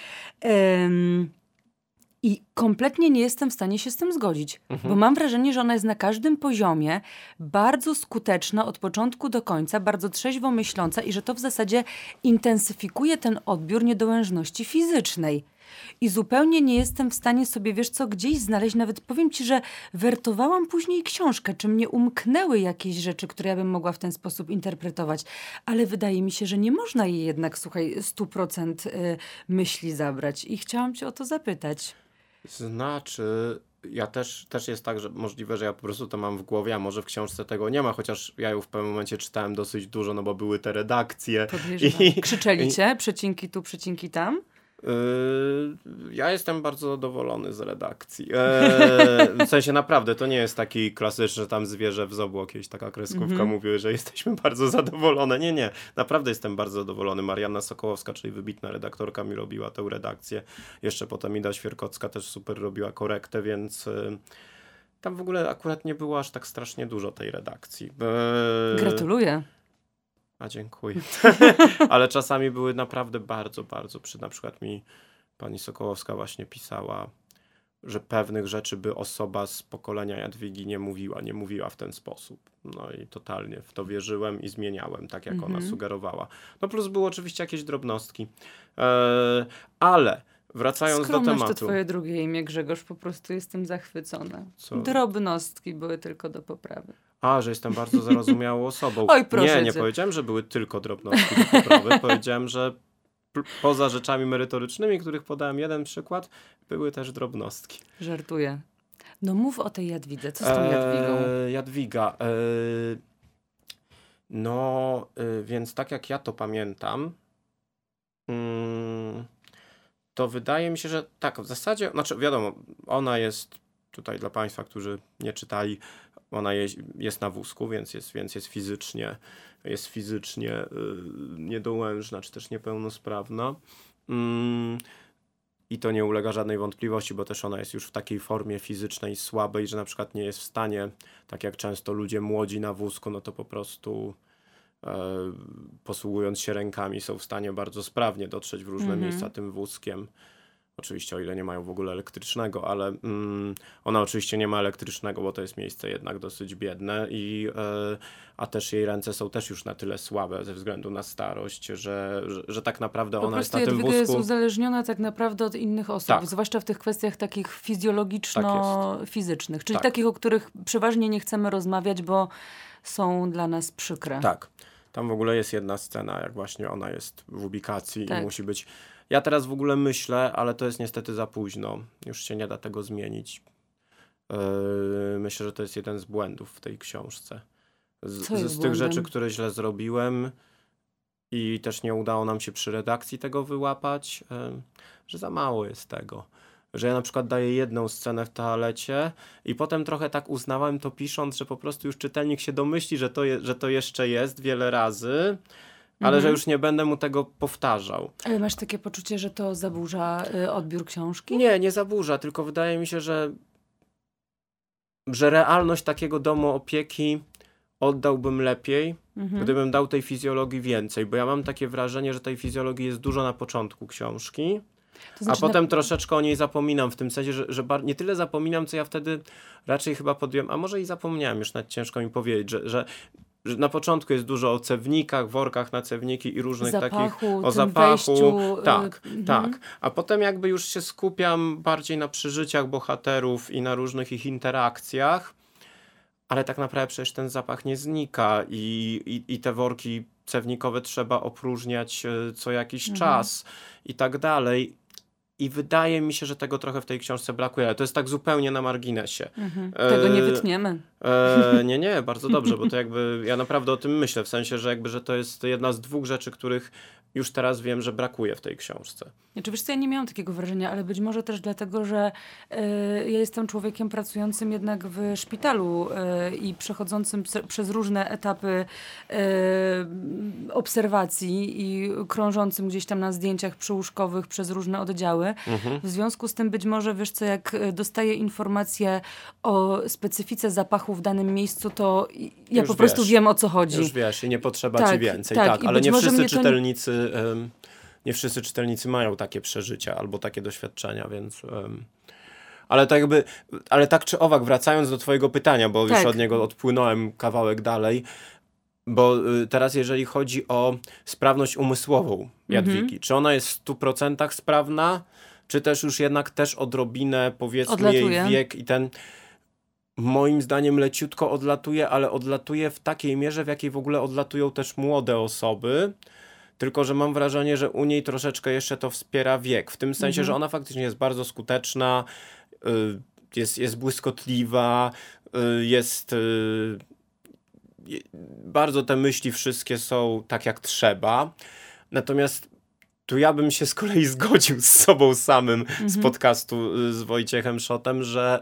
Speaker 1: Ym, I kompletnie nie jestem w stanie się z tym zgodzić,
Speaker 2: Mhm.
Speaker 1: bo mam wrażenie, że ona jest na każdym poziomie bardzo skuteczna od początku do końca, bardzo trzeźwo myśląca i że to w zasadzie intensyfikuje ten odbiór niedołężności fizycznej. I zupełnie nie jestem w stanie sobie, wiesz co, gdzieś znaleźć, nawet powiem ci, że wertowałam później książkę, czy mnie umknęły jakieś rzeczy, które ja bym mogła w ten sposób interpretować, ale wydaje mi się, że nie można jej jednak, słuchaj, sto procent y, myśli zabrać i chciałam cię o to zapytać.
Speaker 2: Znaczy, ja też, też jest tak, że możliwe, że ja po prostu to mam w głowie, a może w książce tego nie ma, chociaż ja ją w pewnym momencie czytałem dosyć dużo, no bo były te redakcje.
Speaker 1: Podejrzewam.
Speaker 2: I-
Speaker 1: Krzyczeli
Speaker 2: i-
Speaker 1: cię? Przecinki tu, przecinki tam?
Speaker 2: Yy, ja jestem bardzo zadowolony z redakcji. Eee, w sensie naprawdę, to nie jest taki klasyczny, że tam zwierzę w zoo, jakieś taka kreskówka
Speaker 1: Mhm.
Speaker 2: mówi, że jesteśmy bardzo zadowolone. Nie, nie, naprawdę jestem bardzo zadowolony. Marianna Sokołowska, czyli wybitna redaktorka, mi robiła tę redakcję. Jeszcze potem Ida Świerkocka też super robiła korektę, więc yy, tam w ogóle akurat nie było aż tak strasznie dużo tej redakcji. Eee,
Speaker 1: Gratuluję.
Speaker 2: a dziękuję. Ale czasami były naprawdę bardzo, bardzo przy. Na przykład mi pani Sokołowska właśnie pisała, że pewnych rzeczy by osoba z pokolenia Jadwigi nie mówiła, nie mówiła w ten sposób. No i totalnie w to wierzyłem i zmieniałem, tak jak
Speaker 1: Mhm.
Speaker 2: ona sugerowała. No plus były oczywiście jakieś drobnostki. Eee, ale wracając
Speaker 1: Skromność
Speaker 2: do
Speaker 1: to
Speaker 2: tematu.
Speaker 1: twoje drugie imię, Grzegorz. Po prostu jestem zachwycona.
Speaker 2: Co?
Speaker 1: Drobnostki były tylko do poprawy.
Speaker 2: A, że jestem bardzo zarozumiałą osobą.
Speaker 1: Oj, proszę
Speaker 2: nie, nie
Speaker 1: cię.
Speaker 2: powiedziałem, że były tylko drobnostki do poprawy. Powiedziałem, że p- poza rzeczami merytorycznymi, których podałem jeden przykład, były też drobnostki.
Speaker 1: Żartuję. No mów o tej Jadwidze. Co z tą Jadwigą?
Speaker 2: Eee, Jadwiga. Eee, no, y, więc tak jak ja to pamiętam, mm, to wydaje mi się, że tak, w zasadzie, znaczy wiadomo, ona jest tutaj dla Państwa, którzy nie czytali, ona jest, jest na wózku, więc jest, więc jest fizycznie, jest fizycznie y, niedołężna, czy też niepełnosprawna. Mm, I to nie ulega żadnej wątpliwości, bo też ona jest już w takiej formie fizycznej słabej, że na przykład nie jest w stanie, tak jak często ludzie młodzi na wózku, no to po prostu e, posługując się rękami są w stanie bardzo sprawnie dotrzeć w różne
Speaker 1: Mhm.
Speaker 2: miejsca tym wózkiem. Oczywiście o ile nie mają w ogóle elektrycznego, ale mm, ona oczywiście nie ma elektrycznego, bo to jest miejsce jednak dosyć biedne, i, e, a też jej ręce są też już na tyle słabe ze względu na starość, że, że, że tak naprawdę
Speaker 1: Po
Speaker 2: ona jest
Speaker 1: prostu
Speaker 2: na tym
Speaker 1: Jadwiga jest
Speaker 2: wózku.
Speaker 1: uzależniona tak naprawdę od innych osób,
Speaker 2: Tak.
Speaker 1: zwłaszcza w tych kwestiach takich fizjologiczno-fizycznych, czyli
Speaker 2: Tak.
Speaker 1: takich, o których przeważnie nie chcemy rozmawiać, bo są dla nas przykre.
Speaker 2: Tak. Tam w ogóle jest jedna scena, jak właśnie ona jest w ubikacji
Speaker 1: Tak.
Speaker 2: i musi być... Ja teraz w ogóle myślę, ale to jest niestety za późno. Już się nie da tego zmienić. Yy, myślę, że to jest jeden z błędów w tej książce. Z,
Speaker 1: Co
Speaker 2: z,
Speaker 1: jest
Speaker 2: z tych
Speaker 1: błędem?
Speaker 2: rzeczy, które źle zrobiłem i też nie udało nam się przy redakcji tego wyłapać, yy, że za mało jest tego. Że ja na przykład daję jedną scenę w toalecie i potem trochę tak uznałem to pisząc, że po prostu już czytelnik się domyśli, że to, je, że to jeszcze jest wiele razy, ale
Speaker 1: Mhm.
Speaker 2: że już nie będę mu tego powtarzał.
Speaker 1: Ale masz takie poczucie, że to zaburza y, odbiór książki?
Speaker 2: Nie, nie zaburza, tylko wydaje mi się, że, że realność takiego domu opieki oddałbym lepiej,
Speaker 1: Mhm.
Speaker 2: Gdybym dał tej fizjologii więcej, bo ja mam takie wrażenie, że tej fizjologii jest dużo na początku książki,
Speaker 1: To znaczy
Speaker 2: a potem
Speaker 1: na...
Speaker 2: troszeczkę o niej zapominam, w tym sensie, że, że bar- nie tyle zapominam, co ja wtedy raczej chyba podjąłem, a może i zapomniałem, już nawet ciężko mi powiedzieć, że, że, że na początku jest dużo o cewnikach, workach na cewniki i różnych
Speaker 1: zapachu,
Speaker 2: takich, o
Speaker 1: tym
Speaker 2: zapachu,
Speaker 1: wejściu,
Speaker 2: tak,
Speaker 1: y-
Speaker 2: tak,
Speaker 1: mhm.
Speaker 2: a potem jakby już się skupiam bardziej na przeżyciach bohaterów i na różnych ich interakcjach, ale tak naprawdę przecież ten zapach nie znika i, i, i te worki cewnikowe trzeba opróżniać e, co jakiś
Speaker 1: Mhm.
Speaker 2: czas i tak dalej. I wydaje mi się, że tego trochę w tej książce brakuje, ale to jest tak zupełnie na marginesie.
Speaker 1: Mhm. Tego nie
Speaker 2: E,
Speaker 1: wytniemy.
Speaker 2: E, nie, nie, bardzo dobrze, bo to jakby, ja naprawdę o tym myślę, w sensie, że jakby, że to jest jedna z dwóch rzeczy, których już teraz wiem, że brakuje w tej książce.
Speaker 1: Znaczy, wiesz co, ja nie miałam takiego wrażenia, ale być może też dlatego, że e, ja jestem człowiekiem pracującym jednak w szpitalu e, i przechodzącym prze, przez różne etapy e, obserwacji i krążącym gdzieś tam na zdjęciach przyłóżkowych przez różne oddziały.
Speaker 2: Mhm.
Speaker 1: W związku z tym być może, wiesz co, jak dostaję informacje o specyfice zapachu w danym miejscu, to ja
Speaker 2: Już
Speaker 1: po prostu
Speaker 2: wiesz.
Speaker 1: wiem, o co chodzi.
Speaker 2: Już wiesz i nie potrzeba
Speaker 1: Tak,
Speaker 2: ci więcej,
Speaker 1: tak,
Speaker 2: tak,
Speaker 1: i
Speaker 2: ale
Speaker 1: być
Speaker 2: nie
Speaker 1: może
Speaker 2: wszyscy
Speaker 1: mnie to nie-
Speaker 2: czytelnicy, em, nie wszyscy czytelnicy mają takie przeżycia albo takie doświadczenia, więc... em, ale tak jakby, ale tak czy owak, wracając do twojego pytania, bo już
Speaker 1: Tak.
Speaker 2: od niego odpłynąłem kawałek dalej, bo y, teraz jeżeli chodzi o sprawność umysłową Jadwigi,
Speaker 1: Mhm.
Speaker 2: czy ona jest w stu procentach sprawna, czy też już jednak też odrobinę, powiedzmy,
Speaker 1: Odlatuje.
Speaker 2: jej wiek i ten moim zdaniem leciutko odlatuje, ale odlatuje w takiej mierze, w jakiej w ogóle odlatują też młode osoby. Tylko że mam wrażenie, że u niej troszeczkę jeszcze to wspiera wiek. W tym sensie,
Speaker 1: Mhm.
Speaker 2: że ona faktycznie jest bardzo skuteczna, y, jest, jest błyskotliwa, y, jest... y, je- bardzo te myśli wszystkie są tak jak trzeba. Natomiast tu ja bym się z kolei zgodził z sobą samym z
Speaker 1: Mhm.
Speaker 2: podcastu y, z Wojciechem Szotem, że,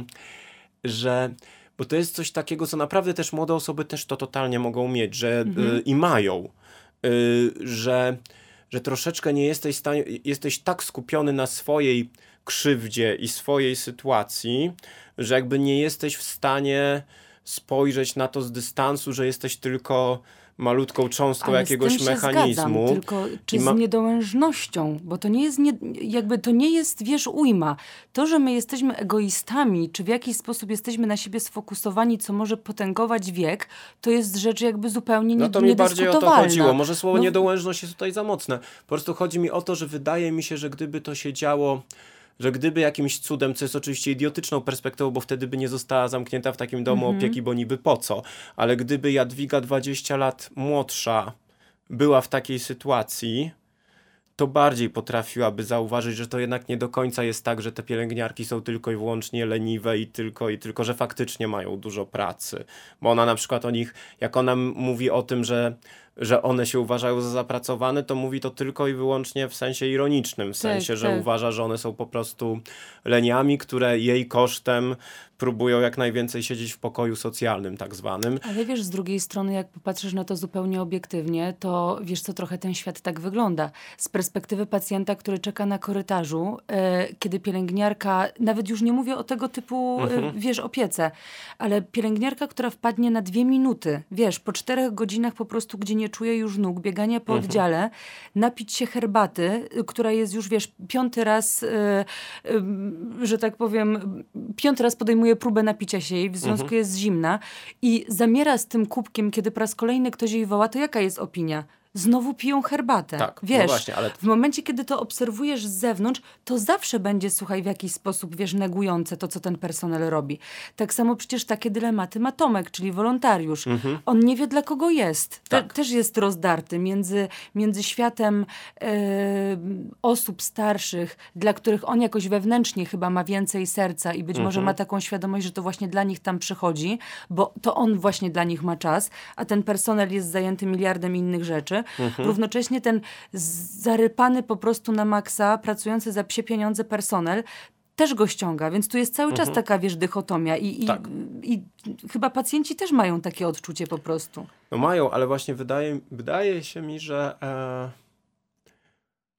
Speaker 2: y, że bo to jest coś takiego, co naprawdę też młode osoby też to totalnie mogą mieć, że
Speaker 1: Mhm.
Speaker 2: y, i mają, y, że, że troszeczkę nie jesteś w stanie, jesteś tak skupiony na swojej krzywdzie i swojej sytuacji, że jakby nie jesteś w stanie spojrzeć na to z dystansu, że jesteś tylko malutką cząstką
Speaker 1: Ale
Speaker 2: jakiegoś
Speaker 1: z tym się
Speaker 2: mechanizmu.
Speaker 1: Zgadzam, tylko czy
Speaker 2: I ma-
Speaker 1: z niedołężnością, bo to nie jest, nie, jakby to nie jest, wiesz, ujma. To, że my jesteśmy egoistami, czy w jakiś sposób jesteśmy na siebie sfokusowani, co może potęgować wiek, to jest rzecz jakby zupełnie nie,
Speaker 2: No to mi bardziej o to
Speaker 1: niedyskutowalna.
Speaker 2: chodziło. Może słowo
Speaker 1: No-
Speaker 2: niedołężność jest tutaj za mocne. Po prostu chodzi mi o to, że wydaje mi się, że gdyby to się działo, że gdyby jakimś cudem, co jest oczywiście idiotyczną perspektywą, bo wtedy by nie została zamknięta w takim domu
Speaker 1: Mhm.
Speaker 2: opieki, bo niby po co, ale gdyby Jadwiga dwadzieścia lat młodsza była w takiej sytuacji, to bardziej potrafiłaby zauważyć, że to jednak nie do końca jest tak, że te pielęgniarki są tylko i wyłącznie leniwe i tylko, i tylko, że faktycznie mają dużo pracy. Bo ona na przykład o nich, jak ona m- mówi o tym, że, że one się uważają za zapracowane, to mówi to tylko i wyłącznie w sensie ironicznym, w sensie, że
Speaker 1: tak.
Speaker 2: uważa, że one są po prostu leniami, które jej kosztem próbują jak najwięcej siedzieć w pokoju socjalnym tak zwanym.
Speaker 1: Ale wiesz, z drugiej strony, jak popatrzysz na to zupełnie obiektywnie, to wiesz, co trochę ten świat tak wygląda. Z perspektywy pacjenta, który czeka na korytarzu, e, kiedy pielęgniarka, nawet już nie mówię o tego typu,
Speaker 2: Mhm.
Speaker 1: e, wiesz, opiece, ale pielęgniarka, która wpadnie na dwie minuty, wiesz, po czterech godzinach po prostu, gdzie nie czuje już nóg, biegania po
Speaker 2: Mhm.
Speaker 1: oddziale, napić się herbaty, y, która jest już, wiesz, piąty raz, e, e, że tak powiem, piąty raz podejmuje próbę napicia się jej, w związku
Speaker 2: Mhm.
Speaker 1: jest zimna i zamiera z tym kubkiem, kiedy po raz kolejny ktoś jej woła, to jaka jest opinia? Znowu piją herbatę.
Speaker 2: Tak, no
Speaker 1: wiesz,
Speaker 2: właśnie, ale-
Speaker 1: w momencie, kiedy to obserwujesz z zewnątrz, to zawsze będzie, słuchaj, w jakiś sposób, wiesz, negujące to, co ten personel robi. Tak samo przecież takie dylematy ma Tomek, czyli wolontariusz. On nie wie, dla kogo jest. Te,
Speaker 2: Tak.
Speaker 1: Też jest rozdarty między, między światem e, osób starszych, dla których on jakoś wewnętrznie chyba ma więcej serca i być może ma taką świadomość, że to właśnie dla nich tam przychodzi, bo to on właśnie dla nich ma czas, a ten personel jest zajęty miliardem innych rzeczy. Równocześnie ten z- zarypany po prostu na maksa, pracujący za psie pieniądze personel też go ściąga, więc tu jest cały czas taka, wiesz, dychotomia i, i,
Speaker 2: Tak.
Speaker 1: i chyba pacjenci też mają takie odczucie po prostu.
Speaker 2: No mają, ale właśnie wydaje, wydaje się mi, że e,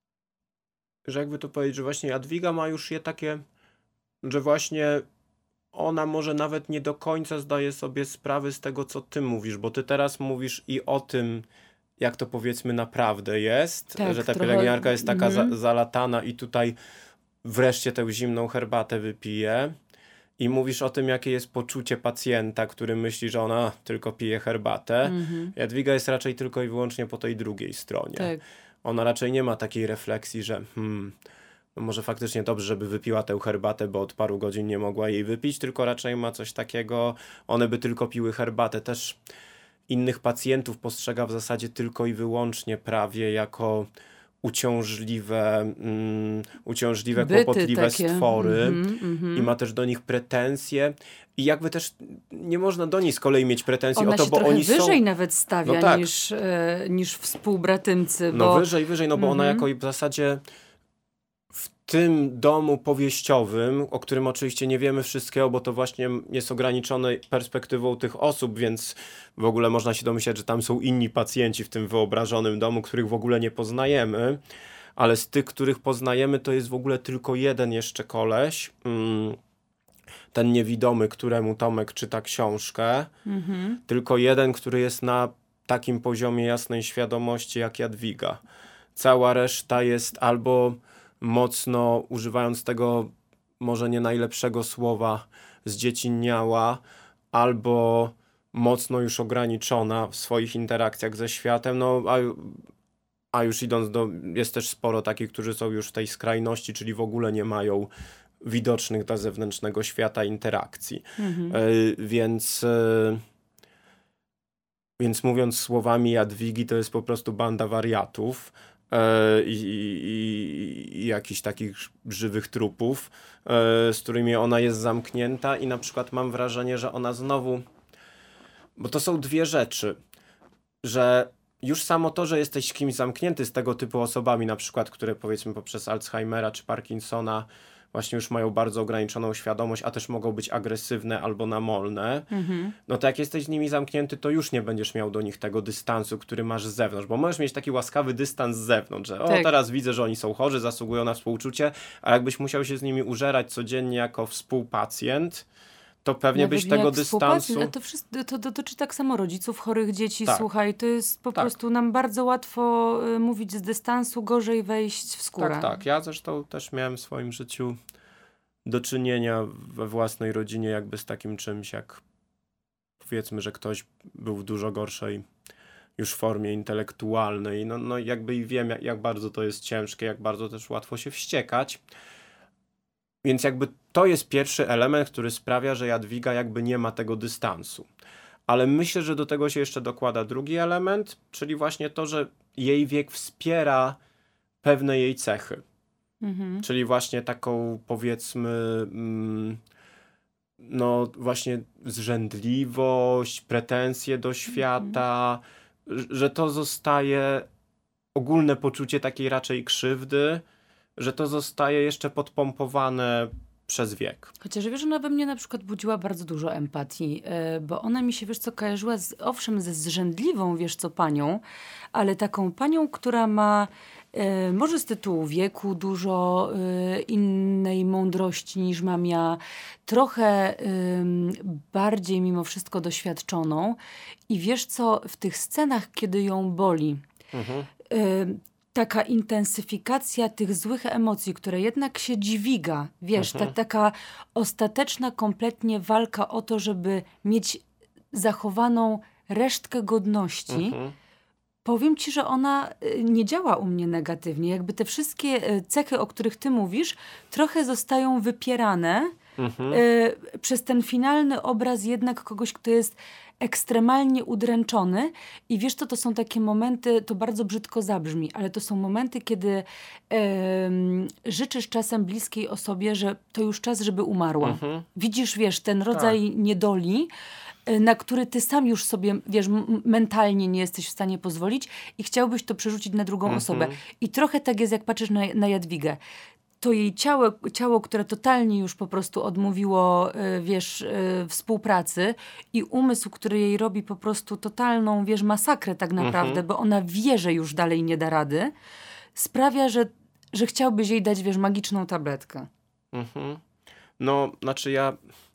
Speaker 2: że jakby to powiedzieć, że właśnie Jadwiga ma już je takie, że właśnie ona może nawet nie do końca zdaje sobie sprawy z tego, co ty mówisz, bo ty teraz mówisz i o tym, jak to powiedzmy naprawdę jest,
Speaker 1: Tak,
Speaker 2: że ta
Speaker 1: trochę-
Speaker 2: pielęgniarka jest taka
Speaker 1: mhm.
Speaker 2: za, zalatana i tutaj wreszcie tę zimną herbatę wypije. I mówisz o tym, jakie jest poczucie pacjenta, który myśli, że ona tylko pije herbatę.
Speaker 1: Mhm.
Speaker 2: Jadwiga jest raczej tylko i wyłącznie po tej drugiej stronie.
Speaker 1: Tak.
Speaker 2: Ona raczej nie ma takiej refleksji, że hmm, no może faktycznie dobrze, żeby wypiła tę herbatę, bo od paru godzin nie mogła jej wypić, tylko raczej ma coś takiego, one by tylko piły herbatę. Też innych pacjentów postrzega w zasadzie tylko i wyłącznie prawie jako uciążliwe, mm, uciążliwe,
Speaker 1: Byty
Speaker 2: kłopotliwe
Speaker 1: takie.
Speaker 2: stwory
Speaker 1: Mhm, mhm.
Speaker 2: i ma też do nich pretensje i jakby też nie można do nich z kolei mieć pretensji
Speaker 1: Ona
Speaker 2: o to,
Speaker 1: się
Speaker 2: bo
Speaker 1: trochę
Speaker 2: oni
Speaker 1: wyżej
Speaker 2: są...
Speaker 1: nawet stawia
Speaker 2: No tak.
Speaker 1: niż, e, niż współbratymcy,
Speaker 2: No
Speaker 1: bo
Speaker 2: wyżej, wyżej, no bo ona
Speaker 1: Mhm.
Speaker 2: jako w zasadzie w tym domu powieściowym, o którym oczywiście nie wiemy wszystkiego, bo to właśnie jest ograniczone perspektywą tych osób, więc w ogóle można się domyśleć, że tam są inni pacjenci w tym wyobrażonym domu, których w ogóle nie poznajemy, ale z tych, których poznajemy, to jest w ogóle tylko jeden jeszcze koleś, mm, ten niewidomy, któremu Tomek czyta książkę,
Speaker 1: Mhm.
Speaker 2: tylko jeden, który jest na takim poziomie jasnej świadomości jak Jadwiga. Cała reszta jest albo mocno, używając tego może nie najlepszego słowa, zdziecinniała, albo mocno już ograniczona w swoich interakcjach ze światem. No, a, a już idąc do... Jest też sporo takich, którzy są już w tej skrajności, czyli w ogóle nie mają widocznych dla zewnętrznego świata interakcji.
Speaker 1: Mhm.
Speaker 2: Y, więc... Y, Więc mówiąc słowami Jadwigi, to jest po prostu banda wariatów e, i, i, i jakichś takich żywych trupów, e, z którymi ona jest zamknięta i na przykład mam wrażenie, że ona znowu... Bo to są dwie rzeczy, że już samo to, że jesteś kimś zamknięty z tego typu osobami, na przykład, które powiedzmy poprzez Alzheimera czy Parkinsona właśnie już mają bardzo ograniczoną świadomość, a też mogą być agresywne albo namolne,
Speaker 1: Mhm.
Speaker 2: no to jak jesteś z nimi zamknięty, to już nie będziesz miał do nich tego dystansu, który masz z zewnątrz, bo możesz mieć taki łaskawy dystans z zewnątrz, że o,
Speaker 1: Tak.
Speaker 2: teraz widzę, że oni są chorzy, zasługują na współczucie, a jakbyś musiał się z nimi użerać codziennie jako współpacjent, to pewnie
Speaker 1: Nawet
Speaker 2: byś
Speaker 1: nie
Speaker 2: tego
Speaker 1: jak współpacjent,
Speaker 2: dystansu...
Speaker 1: ale To, wszystko, to dotyczy tak samo rodziców chorych dzieci.
Speaker 2: Tak.
Speaker 1: Słuchaj, to jest po
Speaker 2: Tak.
Speaker 1: prostu nam bardzo łatwo y, mówić z dystansu, gorzej wejść w skórę.
Speaker 2: Tak, tak. Ja zresztą też miałem w swoim życiu do czynienia we własnej rodzinie jakby z takim czymś, jak powiedzmy, że ktoś był w dużo gorszej już formie intelektualnej. No, no jakby i wiem, jak, jak bardzo to jest ciężkie, jak bardzo też łatwo się wściekać. Więc jakby to jest pierwszy element, który sprawia, że Jadwiga jakby nie ma tego dystansu. Ale myślę, że do tego się jeszcze dokłada drugi element, czyli właśnie to, że jej wiek wspiera pewne jej cechy.
Speaker 1: Mhm.
Speaker 2: Czyli właśnie taką powiedzmy mm, no właśnie zrzędliwość, pretensje do świata, ż- że to zostaje ogólne poczucie takiej raczej krzywdy, że to zostaje jeszcze podpompowane przez wiek.
Speaker 1: Chociaż wiesz, ona we mnie na przykład budziła bardzo dużo empatii, e, bo ona mi się, wiesz co, kojarzyła z, owszem ze zrzędliwą, wiesz co, panią, ale taką panią, która ma e, może z tytułu wieku dużo e, innej mądrości niż mam ja, trochę ym, bardziej mimo wszystko doświadczoną i wiesz co, w tych scenach, kiedy ją boli,
Speaker 2: Mhm.
Speaker 1: y, taka intensyfikacja tych złych emocji, które jednak się dźwiga, wiesz, ta,
Speaker 2: Mhm.
Speaker 1: taka ostateczna kompletnie walka o to, żeby mieć zachowaną resztkę godności.
Speaker 2: Mhm.
Speaker 1: Powiem ci, że ona y, nie działa u mnie negatywnie. Jakby te wszystkie y, cechy, o których ty mówisz, trochę zostają wypierane
Speaker 2: Mhm.
Speaker 1: y, przez ten finalny obraz jednak kogoś, kto jest ekstremalnie udręczony i wiesz co, to są takie momenty, to bardzo brzydko zabrzmi, ale to są momenty, kiedy em, życzysz czasem bliskiej osobie, że to już czas, żeby umarła.
Speaker 2: Mhm.
Speaker 1: Widzisz, wiesz, ten rodzaj niedoli, y, na który ty sam już sobie, wiesz, m- mentalnie nie jesteś w stanie pozwolić i chciałbyś to przerzucić na drugą
Speaker 2: Mhm.
Speaker 1: osobę. I trochę tak jest, jak patrzysz na, na Jadwigę. To jej ciało, ciało, które totalnie już po prostu odmówiło, y, wiesz, y, współpracy i umysł, który jej robi po prostu totalną, wiesz, masakrę tak naprawdę,
Speaker 2: Mhm.
Speaker 1: bo ona wie, że już dalej nie da rady, sprawia, że, że chciałbyś jej dać, wiesz, magiczną tabletkę.
Speaker 2: Mhm. No, znaczy ja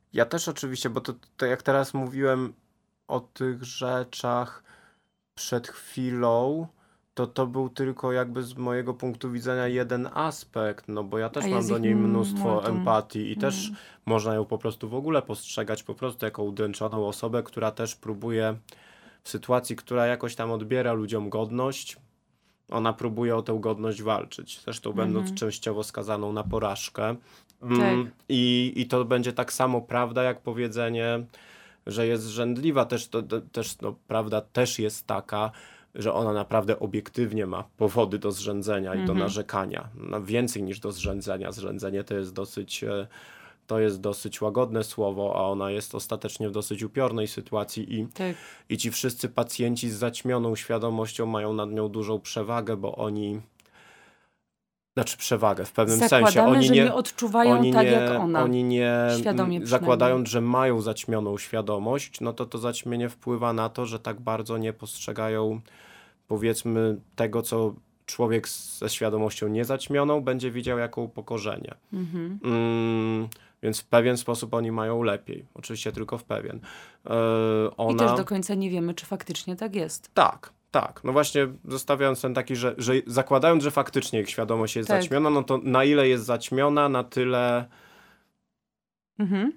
Speaker 2: Ja też oczywiście, bo to, to jak teraz mówiłem o tych rzeczach przed chwilą, to to był tylko jakby z mojego punktu widzenia jeden aspekt, no bo ja też
Speaker 1: A
Speaker 2: mam
Speaker 1: jest
Speaker 2: do
Speaker 1: ich
Speaker 2: niej mnóstwo
Speaker 1: multum.
Speaker 2: empatii i też
Speaker 1: Mm.
Speaker 2: można ją po prostu w ogóle postrzegać po prostu jako udręczoną osobę, która też próbuje w sytuacji, która jakoś tam odbiera ludziom godność, ona próbuje o tę godność walczyć, zresztą będąc
Speaker 1: Mhm.
Speaker 2: częściowo skazaną na porażkę.
Speaker 1: Tak.
Speaker 2: Mm, i, I to będzie tak samo prawda, jak powiedzenie, że jest żędliwa. Też, to, to, też no, prawda też jest taka, że ona naprawdę obiektywnie ma powody do zrzędzenia i do
Speaker 1: Mhm.
Speaker 2: narzekania. No, więcej niż do zrzędzenia. Zrzędzenie to jest dosyć, e, to jest dosyć łagodne słowo, a ona jest ostatecznie w dosyć upiornej sytuacji i,
Speaker 1: Tak.
Speaker 2: i ci wszyscy pacjenci z zaćmioną świadomością mają nad nią dużą przewagę, bo oni... Znaczy przewagę w pewnym sensie.
Speaker 1: Zakładamy,
Speaker 2: Oni
Speaker 1: że nie
Speaker 2: nie,
Speaker 1: odczuwają
Speaker 2: oni
Speaker 1: tak
Speaker 2: nie,
Speaker 1: jak ona.
Speaker 2: oni nie
Speaker 1: Świadomie
Speaker 2: m,
Speaker 1: przynajmniej.
Speaker 2: zakładając, że mają zaćmioną świadomość, no to to zaćmienie wpływa na to, że tak bardzo nie postrzegają, powiedzmy, tego, co człowiek ze świadomością niezaćmioną będzie widział jako upokorzenie.
Speaker 1: Mhm.
Speaker 2: Mm, więc w pewien sposób oni mają lepiej. Oczywiście tylko w pewien. E,
Speaker 1: I
Speaker 2: ona...
Speaker 1: też do końca nie wiemy, czy faktycznie tak jest.
Speaker 2: Tak, tak. No właśnie zostawiając ten taki, że, że zakładając, że faktycznie ich świadomość jest
Speaker 1: Tak.
Speaker 2: zaćmiona, no to na ile jest zaćmiona, na tyle...
Speaker 1: Mhm.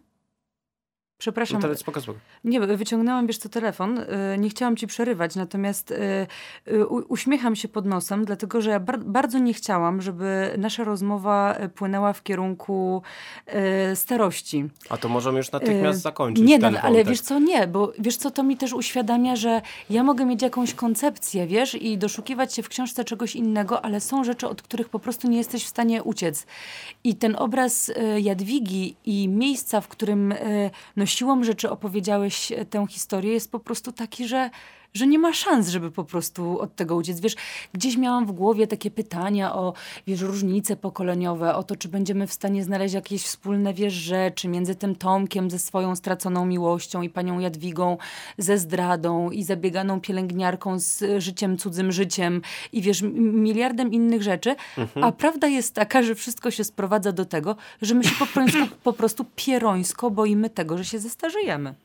Speaker 2: No
Speaker 1: Przepraszam,
Speaker 2: to spoko, spoko.
Speaker 1: nie, wyciągnęłam, wiesz co, telefon, y, nie chciałam ci przerywać, natomiast y, y, u- uśmiecham się pod nosem, dlatego że ja bar- bardzo nie chciałam, żeby nasza rozmowa y, płynęła w kierunku y, starości.
Speaker 2: A to możemy już natychmiast
Speaker 1: Y,
Speaker 2: zakończyć
Speaker 1: Nie,
Speaker 2: ten
Speaker 1: no, ale
Speaker 2: wątek.
Speaker 1: wiesz co, nie, bo wiesz co, to mi też uświadamia, że ja mogę mieć jakąś koncepcję, wiesz, i doszukiwać się w książce czegoś innego, ale są rzeczy, od których po prostu nie jesteś w stanie uciec. I ten obraz y, Jadwigi i miejsca, w którym y, no, siłą rzeczy opowiedziałeś y, tę historię, jest po prostu taki, że że nie ma szans, żeby po prostu od tego uciec. Wiesz, gdzieś miałam w głowie takie pytania o, wiesz, różnice pokoleniowe, o to, czy będziemy w stanie znaleźć jakieś wspólne, wiesz, rzeczy między tym Tomkiem ze swoją straconą miłością i panią Jadwigą ze zdradą i zabieganą pielęgniarką z y, życiem cudzym życiem i wiesz, m- miliardem innych rzeczy. A prawda jest taka, że wszystko się sprowadza do tego, że my się po prostu, po prostu pierońsko boimy tego, że się zestarzejemy.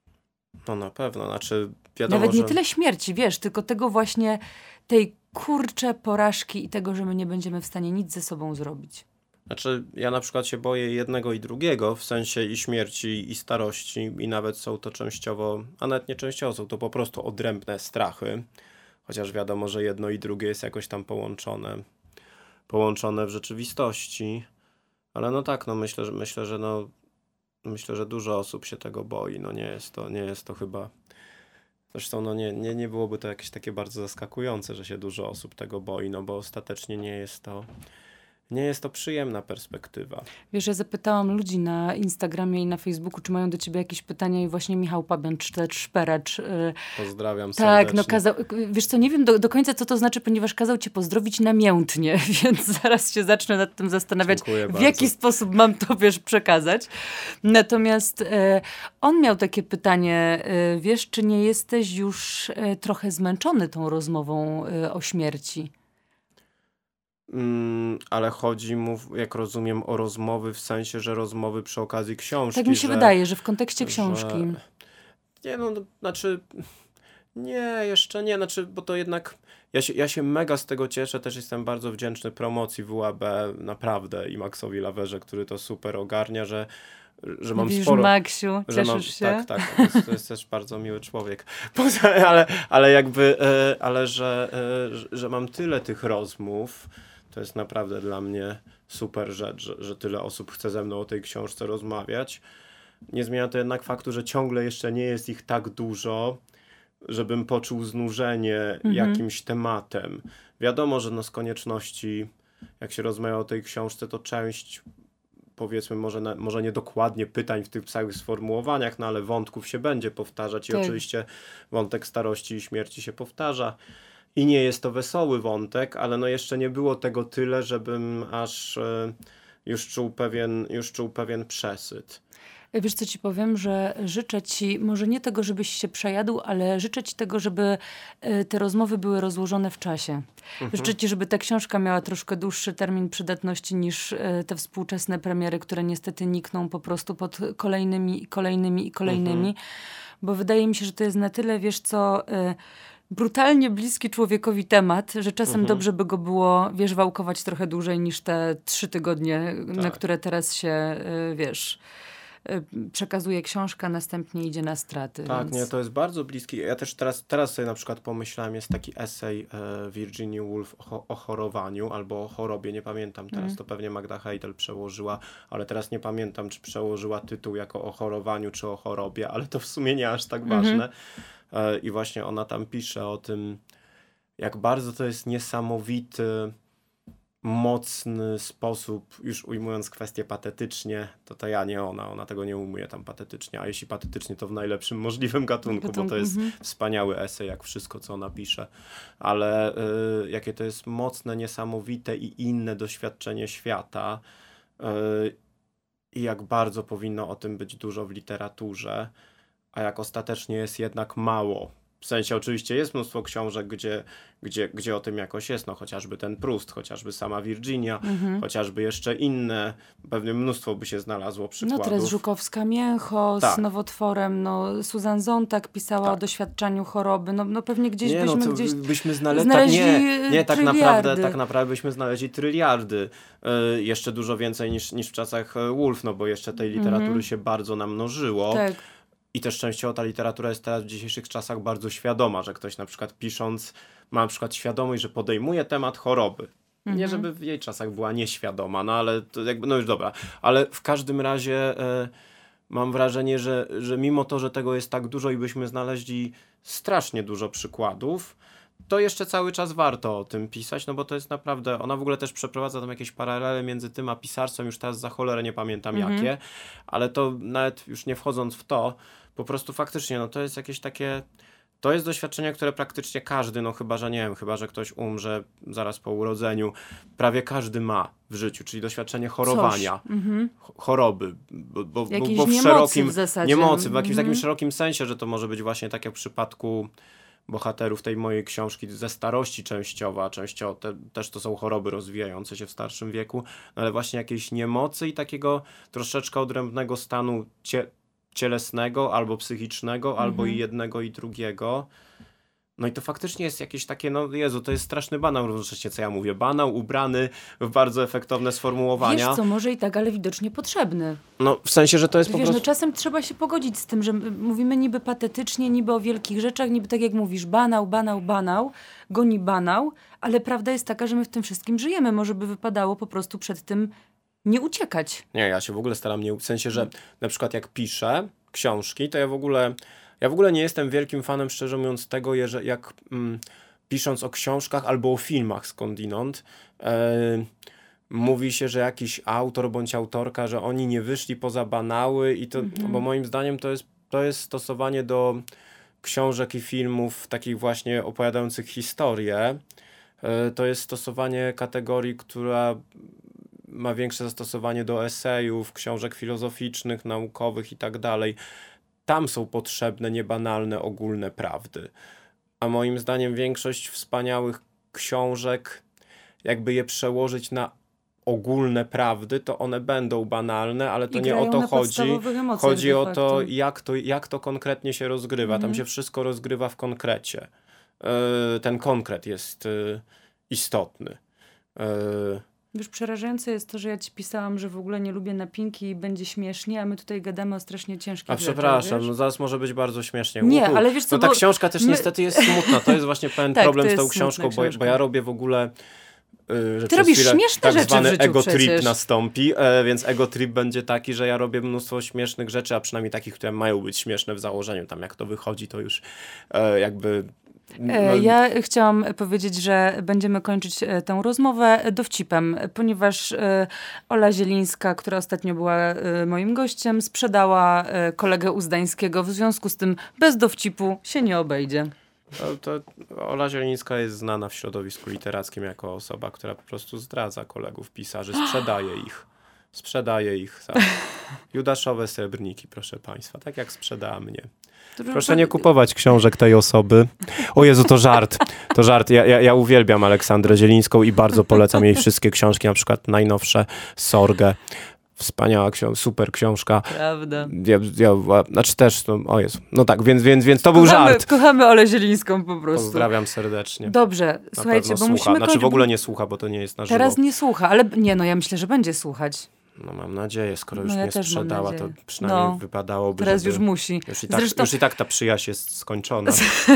Speaker 2: No na pewno, znaczy wiadomo,
Speaker 1: Nawet nie
Speaker 2: że...
Speaker 1: tyle śmierci, wiesz, tylko tego właśnie, tej kurcze porażki i tego, że my nie będziemy w stanie nic ze sobą zrobić.
Speaker 2: Znaczy ja na przykład się boję jednego i drugiego, w sensie i śmierci, i starości, i nawet są to częściowo, a nawet nie częściowo, są to po prostu odrębne strachy, chociaż wiadomo, że jedno i drugie jest jakoś tam połączone, połączone w rzeczywistości, ale no tak, no myślę, że myślę, że no myślę, że dużo osób się tego boi, no nie jest to, nie jest to chyba, zresztą no nie, nie, nie byłoby to jakieś takie bardzo zaskakujące, że się dużo osób tego boi, no bo ostatecznie nie jest to, nie jest to przyjemna perspektywa.
Speaker 1: Wiesz, ja zapytałam ludzi na Instagramie i na Facebooku, czy mają do ciebie jakieś pytania i właśnie Michał Pabian-Szperacz. Yy,
Speaker 2: Pozdrawiam
Speaker 1: tak,
Speaker 2: serdecznie.
Speaker 1: no kazał, wiesz co, nie wiem do, do końca, co to znaczy, ponieważ kazał cię pozdrowić namiętnie, więc zaraz się zacznę nad tym zastanawiać,
Speaker 2: Dziękuję
Speaker 1: w
Speaker 2: bardzo.
Speaker 1: jaki sposób mam to, wiesz, przekazać. Natomiast e, on miał takie pytanie, e, wiesz, czy nie jesteś już e, trochę zmęczony tą rozmową e, o śmierci?
Speaker 2: Mm, ale chodzi mu, jak rozumiem, o rozmowy w sensie, że rozmowy przy okazji książki.
Speaker 1: Tak mi się
Speaker 2: że,
Speaker 1: wydaje, że w kontekście książki.
Speaker 2: Że... Nie, no, no, znaczy, nie, jeszcze nie, znaczy, bo to jednak, ja się, ja się mega z tego cieszę, też jestem bardzo wdzięczny promocji W A B, naprawdę, i Maxowi Lawerze, który to super ogarnia, że, że mam
Speaker 1: Mówisz,
Speaker 2: sporo...
Speaker 1: Maksiu,
Speaker 2: że
Speaker 1: cieszysz
Speaker 2: mam,
Speaker 1: się?
Speaker 2: Tak, tak, to jest, to jest też bardzo miły człowiek, ale, ale jakby, e, ale że, e, że- że mam tyle tych rozmów, to jest naprawdę dla mnie super rzecz, że, że tyle osób chce ze mną o tej książce rozmawiać. Nie zmienia to jednak faktu, że ciągle jeszcze nie jest ich tak dużo, żebym poczuł znużenie
Speaker 1: Mhm.
Speaker 2: jakimś tematem. Wiadomo, że no z konieczności, jak się rozmawia o tej książce, to część, powiedzmy, może, na, może nie dokładnie pytań w tych całych sformułowaniach, no ale wątków się będzie powtarzać i
Speaker 1: Tak.
Speaker 2: oczywiście wątek starości i śmierci się powtarza. I nie jest to wesoły wątek, ale no jeszcze nie było tego tyle, żebym aż e, już czuł pewien, już czuł pewien przesyt.
Speaker 1: Wiesz, co ci powiem, że życzę ci, może nie tego, żebyś się przejadł, ale życzę ci tego, żeby y, te rozmowy były rozłożone w czasie. Mhm. Życzę ci, żeby ta książka miała troszkę dłuższy termin przydatności niż y, te współczesne premiery, które niestety nikną po prostu pod kolejnymi i kolejnymi i kolejnymi. Mhm. Bo wydaje mi się, że to jest na tyle, wiesz co... Y, brutalnie bliski człowiekowi temat, że czasem mhm. dobrze by go było, wiesz, wałkować trochę dłużej niż te trzy tygodnie, tak. na które teraz się, y, wiesz, y, przekazuje książka, następnie idzie na straty.
Speaker 2: Tak,
Speaker 1: więc...
Speaker 2: nie, to jest bardzo bliski. Ja też teraz, teraz sobie na przykład pomyślałem, jest taki esej e, Virginia Woolf o, o chorowaniu albo o chorobie, nie pamiętam teraz, mm. to pewnie Magda Heidel przełożyła, ale teraz nie pamiętam, czy przełożyła tytuł jako o chorowaniu, czy o chorobie, ale to w sumie nie aż tak ważne. Mm-hmm. I właśnie ona tam pisze o tym, jak bardzo to jest niesamowity, mocny sposób, już ujmując kwestię patetycznie, to to ja, nie ona, ona tego nie ujmuje tam patetycznie, a jeśli patetycznie, to w najlepszym możliwym gatunku, Gatunku bo to jest mm-hmm. wspaniały esej, jak wszystko, co ona pisze, ale y, jakie to jest mocne, niesamowite i inne doświadczenie świata y, i jak bardzo powinno o tym być dużo w literaturze, a jak ostatecznie jest jednak mało. W sensie oczywiście jest mnóstwo książek, gdzie, gdzie, gdzie o tym jakoś jest, no chociażby ten Proust, chociażby sama Virginia, mhm. chociażby jeszcze inne, pewnie mnóstwo by się znalazło przykładów.
Speaker 1: No teraz Żukowska-Mięcho tak. z nowotworem, no Susan Sontag pisała tak. o doświadczeniu choroby, no, no pewnie gdzieś
Speaker 2: nie,
Speaker 1: byśmy
Speaker 2: no,
Speaker 1: gdzieś
Speaker 2: byśmy znale...
Speaker 1: znaleźli
Speaker 2: tak, nie, nie tak naprawdę, tak
Speaker 1: naprawdę
Speaker 2: byśmy znaleźli tryliardy. Yy, jeszcze dużo więcej niż, niż w czasach Woolf, no bo jeszcze tej literatury mhm. się bardzo namnożyło. Tak. I też częściowo ta literatura jest teraz w dzisiejszych czasach bardzo świadoma, że ktoś na przykład pisząc ma na przykład świadomość, że podejmuje temat choroby. Mhm. Nie żeby w jej czasach była nieświadoma, no ale to jakby, no już dobra. Ale w każdym razie e, mam wrażenie, że, że mimo to, że tego jest tak dużo i byśmy znaleźli strasznie dużo przykładów, to jeszcze cały czas warto o tym pisać, no bo to jest naprawdę, ona w ogóle też przeprowadza tam jakieś paralele między tym a pisarstwem, już teraz za cholerę nie pamiętam mhm. jakie, ale to nawet już nie wchodząc w to, po prostu faktycznie, no to jest jakieś takie, to jest doświadczenie, które praktycznie każdy, no chyba, że nie wiem, chyba, że ktoś umrze zaraz po urodzeniu, prawie każdy ma w życiu, czyli doświadczenie chorowania, mhm. choroby, bo, bo, bo, bo w szerokim,
Speaker 1: w zasadzie.
Speaker 2: niemocy, w jakimś mhm. takim szerokim sensie, że to może być właśnie tak jak w przypadku bohaterów tej mojej książki ze starości częściowo, a częściowo te, też to są choroby rozwijające się w starszym wieku, no ale właśnie jakiejś niemocy i takiego troszeczkę odrębnego stanu cie, cielesnego albo psychicznego, mhm. albo i jednego i drugiego. No i to faktycznie jest jakieś takie, no Jezu, to jest straszny banał równocześnie, co ja mówię. Banał ubrany w bardzo efektowne sformułowania.
Speaker 1: Wiesz co, może i tak, ale widocznie potrzebny.
Speaker 2: No w sensie, że to jest po
Speaker 1: Wiesz,
Speaker 2: prostu...
Speaker 1: no czasem trzeba się pogodzić z tym, że mówimy niby patetycznie, niby o wielkich rzeczach, niby tak jak mówisz, banał, banał, banał, goni banał, ale prawda jest taka, że my w tym wszystkim żyjemy. Może by wypadało po prostu przed tym nie uciekać.
Speaker 2: Nie, ja się w ogóle staram nie... W sensie, że na przykład jak piszę książki, to ja w ogóle... Ja w ogóle nie jestem wielkim fanem, szczerze mówiąc, tego, że jak mm, pisząc o książkach albo o filmach skądinąd, e, mówi się, że jakiś autor bądź autorka, że oni nie wyszli poza banały i to, mhm. bo moim zdaniem to jest, to jest stosowanie do książek i filmów takich właśnie opowiadających historię. E, to jest stosowanie kategorii, która ma większe zastosowanie do esejów, książek filozoficznych, naukowych i tak dalej. Tam są potrzebne, niebanalne, ogólne prawdy. A moim zdaniem większość wspaniałych książek, jakby je przełożyć na ogólne prawdy, to one będą banalne, ale to
Speaker 1: I
Speaker 2: nie o to chodzi. Chodzi o
Speaker 1: faktu.
Speaker 2: to jak, to, jak to konkretnie się rozgrywa. Mhm. Tam się wszystko rozgrywa w konkrecie. Yy, ten konkret jest yy, istotny. Yy.
Speaker 1: Wiesz, przerażające jest to, że ja ci pisałam, że w ogóle nie lubię napinki i będzie śmiesznie, a my tutaj gadamy o strasznie ciężkich
Speaker 2: A przepraszam, no zaraz może być bardzo śmiesznie.
Speaker 1: Nie,
Speaker 2: Uhu.
Speaker 1: ale wiesz co,
Speaker 2: no ta
Speaker 1: bo
Speaker 2: książka też my... niestety jest smutna. To jest właśnie pewien
Speaker 1: tak,
Speaker 2: problem z tą książką, bo, bo ja robię w ogóle yy, że
Speaker 1: Ty robisz śmieszne
Speaker 2: tak
Speaker 1: rzeczy
Speaker 2: zwany
Speaker 1: w życiu
Speaker 2: ego trip
Speaker 1: przecież.
Speaker 2: nastąpi, e, więc ego trip będzie taki, że ja robię mnóstwo śmiesznych rzeczy, a przynajmniej takich, które mają być śmieszne w założeniu. Tam jak to wychodzi, to już e, jakby...
Speaker 1: No. Ja chciałam powiedzieć, że będziemy kończyć tę rozmowę dowcipem, ponieważ Ola Zielińska, która ostatnio była moim gościem, sprzedała kolegę Uzdańskiego. W związku z tym bez dowcipu się nie obejdzie.
Speaker 2: To, to Ola Zielińska jest znana w środowisku literackim jako osoba, która po prostu zdradza kolegów pisarzy, sprzedaje ich. Sprzedaję ich za judaszowe srebrniki, proszę państwa. Tak jak sprzedała mnie.
Speaker 1: To-
Speaker 2: Proszę nie kupować książek tej osoby. O Jezu, to żart. To żart. Ja, ja, ja uwielbiam Aleksandrę Zielińską i bardzo polecam jej wszystkie książki, na przykład najnowsze Sorgę. Wspaniała książka, super książka.
Speaker 1: Prawda.
Speaker 2: Ja, ja, znaczy też, no, o Jezu. No tak, więc, więc, więc to był
Speaker 1: Kochamy,
Speaker 2: żart.
Speaker 1: kochamy Olę Zielińską po prostu.
Speaker 2: Pozdrawiam serdecznie.
Speaker 1: Dobrze,
Speaker 2: Na
Speaker 1: słuchajcie,
Speaker 2: pewno
Speaker 1: bo
Speaker 2: słucha.
Speaker 1: musimy
Speaker 2: Znaczy
Speaker 1: kończyć,
Speaker 2: w ogóle
Speaker 1: bo
Speaker 2: nie słucha, bo to nie jest na żywo.
Speaker 1: teraz nie słucha, ale nie, no ja myślę, że będzie słuchać.
Speaker 2: No mam nadzieję, skoro już
Speaker 1: No ja
Speaker 2: nie
Speaker 1: też mam
Speaker 2: sprzedała, to
Speaker 1: nadzieję.
Speaker 2: przynajmniej
Speaker 1: No,
Speaker 2: wypadałoby,
Speaker 1: Teraz
Speaker 2: żeby...
Speaker 1: już musi.
Speaker 2: Już i, tak,
Speaker 1: Zresztą
Speaker 2: już i tak ta przyjaźń jest skończona.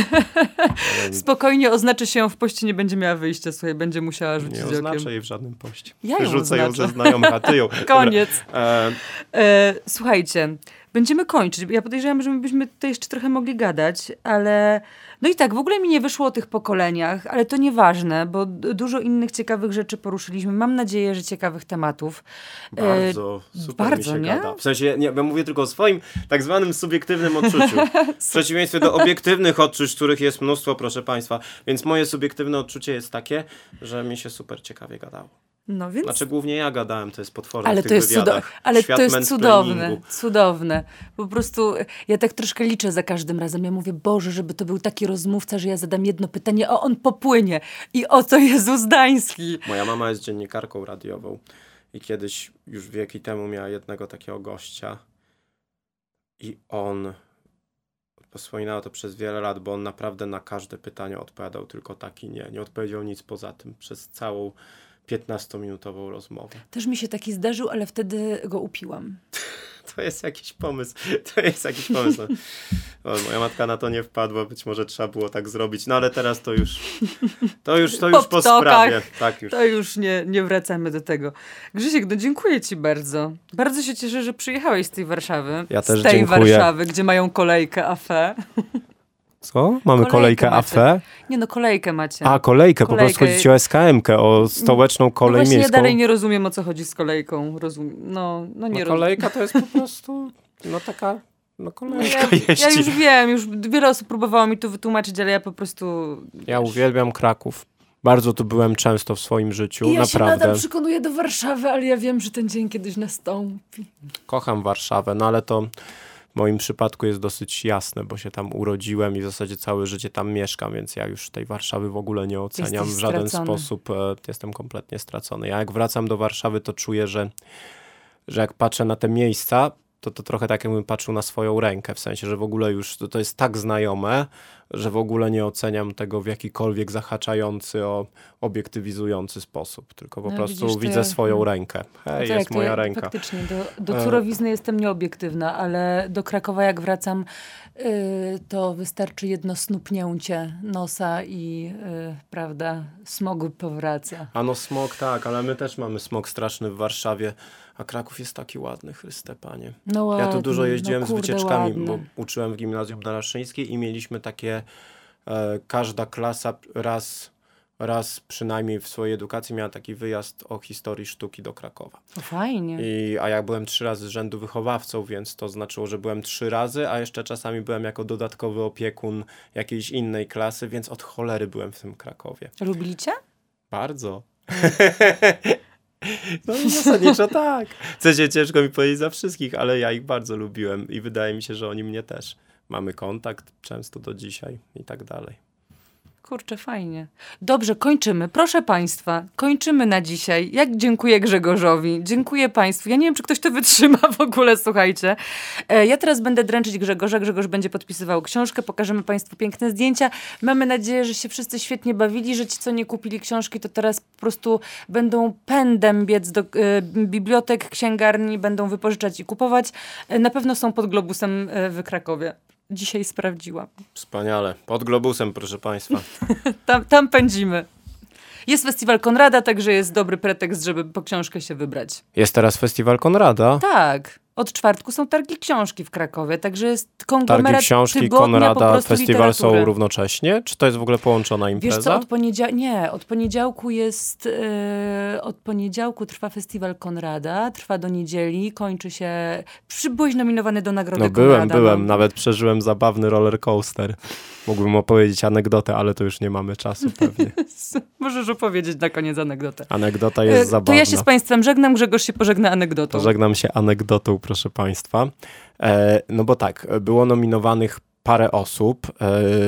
Speaker 2: Ale
Speaker 1: spokojnie oznaczy się ją w poście, nie będzie miała wyjścia, słuchaj, będzie musiała rzucić
Speaker 2: nie
Speaker 1: okiem.
Speaker 2: oznaczę jej w żadnym poście.
Speaker 1: Ja ją
Speaker 2: Rzucę ją
Speaker 1: oznaczę.
Speaker 2: ze znajomych, a ty ją.
Speaker 1: Koniec.
Speaker 2: Dobra, e,
Speaker 1: E, słuchajcie, będziemy kończyć. Ja podejrzewam, że my byśmy tutaj jeszcze trochę mogli gadać, ale no i tak, w ogóle mi nie wyszło o tych pokoleniach, ale to nieważne, bo d- dużo innych ciekawych rzeczy poruszyliśmy. Mam nadzieję, że ciekawych tematów. E,
Speaker 2: bardzo, super
Speaker 1: bardzo,
Speaker 2: mi się
Speaker 1: nie?
Speaker 2: gada. W sensie, nie, ja mówię tylko o swoim tak zwanym subiektywnym odczuciu. W przeciwieństwie do obiektywnych odczuć, których jest mnóstwo, proszę państwa. Więc moje subiektywne odczucie jest takie, że mi się super ciekawie gadało.
Speaker 1: No więc...
Speaker 2: Znaczy głównie ja gadałem, to jest potworne
Speaker 1: Ale
Speaker 2: w tych
Speaker 1: to jest, cudo-
Speaker 2: wywiadach.
Speaker 1: ale
Speaker 2: Świat
Speaker 1: to jest cudowne,
Speaker 2: mansplainingu.
Speaker 1: cudowne. Po prostu ja tak troszkę liczę za każdym razem. Ja mówię, Boże, żeby to był taki rozmówca, że ja zadam jedno pytanie, a on popłynie. I oto Jezus Dański.
Speaker 2: Moja mama jest dziennikarką radiową i kiedyś już wieki temu miała jednego takiego gościa i on wspominała to przez wiele lat, bo on naprawdę na każde pytanie odpowiadał tylko tak i nie. Nie odpowiedział nic poza tym przez całą piętnastominutową rozmowę.
Speaker 1: Też mi się taki zdarzył, ale wtedy go upiłam.
Speaker 2: To jest jakiś pomysł. To jest jakiś pomysł. O, moja matka na to nie wpadła, być może trzeba było tak zrobić, no ale teraz to już to już, to już po,
Speaker 1: ptokach.
Speaker 2: sprawie. Tak już.
Speaker 1: To już nie, nie wracamy do tego. Grzysiek, no dziękuję ci bardzo. Bardzo się cieszę, że przyjechałeś z tej Warszawy.
Speaker 2: Ja też
Speaker 1: z tej
Speaker 2: dziękuję.
Speaker 1: Warszawy, gdzie mają kolejkę afe.
Speaker 2: Co? Mamy
Speaker 1: Kolejkę
Speaker 2: kolejkę
Speaker 1: macie.
Speaker 2: afę?
Speaker 1: Nie no, kolejkę macie.
Speaker 2: A, kolejkę, po prostu
Speaker 1: Kolejkę.
Speaker 2: chodzi ci o es ka emkę, o stołeczną
Speaker 1: no
Speaker 2: kolej
Speaker 1: właśnie
Speaker 2: miejską.
Speaker 1: ja dalej nie rozumiem, o co chodzi z kolejką. Rozum... No, no nie
Speaker 2: No,
Speaker 1: rozumiem.
Speaker 2: kolejka to jest po prostu, no taka, no
Speaker 1: No
Speaker 2: kolejka
Speaker 1: ja,
Speaker 2: jeździ.
Speaker 1: ja już wiem, już wiele osób próbowało mi to wytłumaczyć, ale ja po prostu...
Speaker 2: Ja
Speaker 1: wiesz.
Speaker 2: uwielbiam Kraków. Bardzo tu byłem często w swoim życiu,
Speaker 1: I ja się
Speaker 2: naprawdę.
Speaker 1: nadal przekonuję do Warszawy, ale ja wiem, że ten dzień kiedyś nastąpi.
Speaker 2: Kocham Warszawę, no ale to w moim przypadku jest dosyć jasne, bo się tam urodziłem i w zasadzie całe życie tam mieszkam, więc ja już tej Warszawy w ogóle nie oceniam
Speaker 1: Jesteś
Speaker 2: w żaden
Speaker 1: stracony.
Speaker 2: sposób. E, jestem kompletnie stracony. Ja jak wracam do Warszawy, to czuję, że, że jak patrzę na te miejsca, to to trochę tak jakbym patrzył na swoją rękę, w sensie, że w ogóle już to, to jest tak znajome, że w ogóle nie oceniam tego w jakikolwiek zahaczający o obiektywizujący sposób, tylko po
Speaker 1: No,
Speaker 2: prostu
Speaker 1: widzisz, to
Speaker 2: widzę
Speaker 1: ja-
Speaker 2: swoją rękę. Hej,
Speaker 1: To jak
Speaker 2: jest
Speaker 1: to
Speaker 2: moja
Speaker 1: ja,
Speaker 2: ręka.
Speaker 1: Faktycznie, do, do
Speaker 2: E.
Speaker 1: Curowizny jestem nieobiektywna, ale do Krakowa jak wracam, y, to wystarczy jedno snupnięcie nosa i y, prawda, smog powraca.
Speaker 2: A no smog tak, ale my też mamy smog straszny w Warszawie, a Kraków jest taki ładny, Chryste Panie.
Speaker 1: No ładny,
Speaker 2: Ja tu dużo jeździłem
Speaker 1: no
Speaker 2: z
Speaker 1: kurde,
Speaker 2: wycieczkami,
Speaker 1: ładny.
Speaker 2: bo uczyłem w Gimnazjum Daraszyńskiej i mieliśmy takie, e, każda klasa raz, raz przynajmniej w swojej edukacji miała taki wyjazd o historii sztuki do Krakowa.
Speaker 1: To fajnie.
Speaker 2: I, a ja byłem trzy razy z rzędu wychowawcą, więc to znaczyło, że byłem trzy razy, a jeszcze czasami byłem jako dodatkowy opiekun jakiejś innej klasy, więc od cholery byłem w tym Krakowie.
Speaker 1: Lubicie?
Speaker 2: Bardzo. No i zasadniczo tak. W sensie ciężko mi powiedzieć za wszystkich, ale ja ich bardzo lubiłem i wydaje mi się, że oni mnie też. Mamy kontakt często do dzisiaj i tak dalej.
Speaker 1: Kurczę, fajnie. Dobrze, kończymy. Proszę Państwa, kończymy na dzisiaj. Jak dziękuję Grzegorzowi. Dziękuję Państwu. Ja nie wiem, czy ktoś to wytrzyma w ogóle, słuchajcie. E, ja teraz będę dręczyć Grzegorza. Grzegorz będzie podpisywał książkę. Pokażemy Państwu piękne zdjęcia. Mamy nadzieję, że się wszyscy świetnie bawili, że ci, co nie kupili książki, to teraz po prostu będą pędem biec do e, bibliotek, księgarni, będą wypożyczać i kupować. E, na pewno są pod Globusem e, w Krakowie. Dzisiaj sprawdziłam.
Speaker 2: Wspaniale. Pod Globusem, proszę Państwa.
Speaker 1: Tam, tam pędzimy. Jest festiwal Konrada, także jest dobry pretekst, żeby po książkę się wybrać.
Speaker 2: Jest teraz festiwal Konrada.
Speaker 1: Tak. Od czwartku są targi książki w Krakowie, także jest konglomerat
Speaker 2: Targi książki,
Speaker 1: tygodnia
Speaker 2: Konrada,
Speaker 1: po prostu
Speaker 2: festiwal są
Speaker 1: literatury.
Speaker 2: równocześnie? Czy to jest w ogóle połączona impreza?
Speaker 1: Wiesz co, od poniedziałku, nie, od poniedziałku jest, yy, od poniedziałku trwa festiwal Konrada, trwa do niedzieli, kończy się, przy, byłeś nominowany do nagrody
Speaker 2: No byłem,
Speaker 1: Konrada.
Speaker 2: byłem,
Speaker 1: no.
Speaker 2: nawet przeżyłem zabawny roller coaster. Mógłbym opowiedzieć anegdotę, ale to już nie mamy czasu pewnie.
Speaker 1: Możesz opowiedzieć na koniec anegdotę.
Speaker 2: Anegdota jest
Speaker 1: Yy,
Speaker 2: zabawna.
Speaker 1: To ja się z państwem żegnam, Grzegorz się pożegna anegdotą.
Speaker 2: Żegnam się anegdotą, proszę państwa. E, no bo tak, było nominowanych parę osób. E,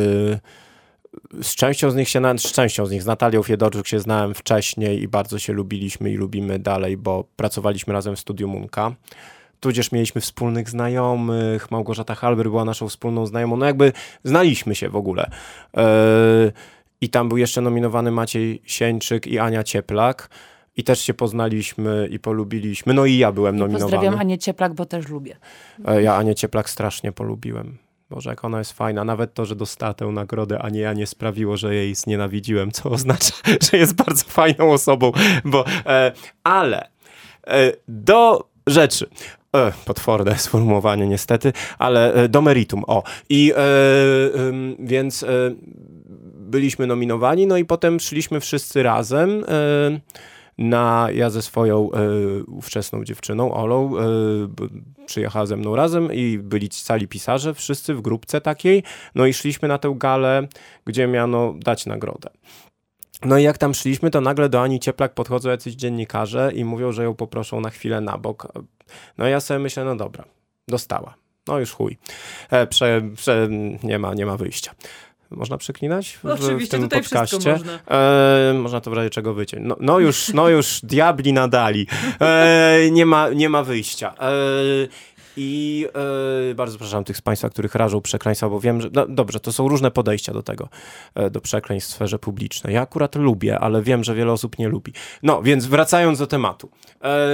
Speaker 2: z częścią z nich się, na, z częścią z nich, z Natalią Fiedorczuk się znałem wcześniej i bardzo się lubiliśmy i lubimy dalej, bo pracowaliśmy razem w Studiu Munka. Tudzież mieliśmy wspólnych znajomych, Małgorzata Halber była naszą wspólną znajomą, no jakby znaliśmy się w ogóle. E, I tam był jeszcze nominowany Maciej Sieńczyk i Ania Cieplak. I też się poznaliśmy i polubiliśmy. No i ja byłem
Speaker 1: I
Speaker 2: nominowany.
Speaker 1: pozdrawiam Anię Cieplak, bo też lubię.
Speaker 2: E, Ja Anię Cieplak strasznie polubiłem. Boże, jak ona jest fajna. Nawet to, że dostała tę nagrodę, a nie ja, nie sprawiło, że jej znienawidziłem, co oznacza, że jest bardzo fajną osobą. Bo, e, ale e, do rzeczy. E, potworne sformułowanie niestety, ale e, do meritum. O. I e, e, więc e, byliśmy nominowani, no i potem szliśmy wszyscy razem e, na, ja ze swoją e, ówczesną dziewczyną, Olą, e, b, przyjechała ze mną razem i byli cali pisarze, wszyscy w grupce takiej, no i szliśmy na tę galę, gdzie miano dać nagrodę. No i jak tam szliśmy, to nagle do Ani Cieplak podchodzą jacyś dziennikarze i mówią, że ją poproszą na chwilę na bok. No ja sobie myślę, no dobra, dostała. No już chuj. E, prze, prze, nie ma, nie ma wyjścia. Można przeklinać w,
Speaker 1: Oczywiście,
Speaker 2: w tym
Speaker 1: tutaj
Speaker 2: podcaście?
Speaker 1: wszystko można.
Speaker 2: E, można to w razie czego wyciąć. No, no już, no już diabli nadali. E, nie, ma, nie ma wyjścia. E, I e, bardzo przepraszam tych z Państwa, których rażą przekleństwa, bo wiem, że no, dobrze, to są różne podejścia do tego, e, do przekleństw w sferze publicznej. Ja akurat lubię, ale wiem, że wiele osób nie lubi. No, więc wracając do tematu. E,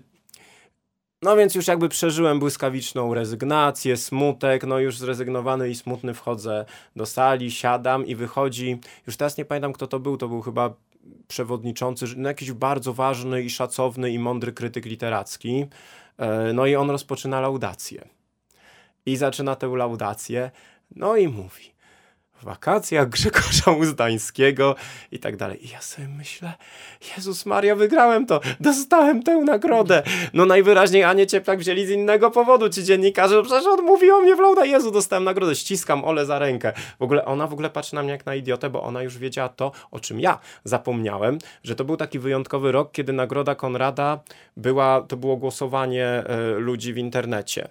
Speaker 2: No więc już jakby przeżyłem błyskawiczną rezygnację, smutek, no już zrezygnowany i smutny wchodzę do sali, siadam i wychodzi, już teraz nie pamiętam kto to był, to był chyba przewodniczący, no jakiś bardzo ważny i szacowny i mądry krytyk literacki, no i on rozpoczyna laudację i zaczyna tę laudację, no i mówi: w wakacjach Grzegorza Uzdańskiego i tak dalej. I ja sobie myślę, Jezus Maria, wygrałem to, dostałem tę nagrodę. No najwyraźniej Anię Cieplak wzięli z innego powodu ci dziennikarze, no przecież odmówiło mnie w lauda. Jezu, dostałem nagrodę, ściskam Olę za rękę. W ogóle ona w ogóle patrzy na mnie jak na idiotę, bo ona już wiedziała to, o czym ja zapomniałem, że to był taki wyjątkowy rok, kiedy nagroda Konrada była, to było głosowanie y, ludzi w internecie,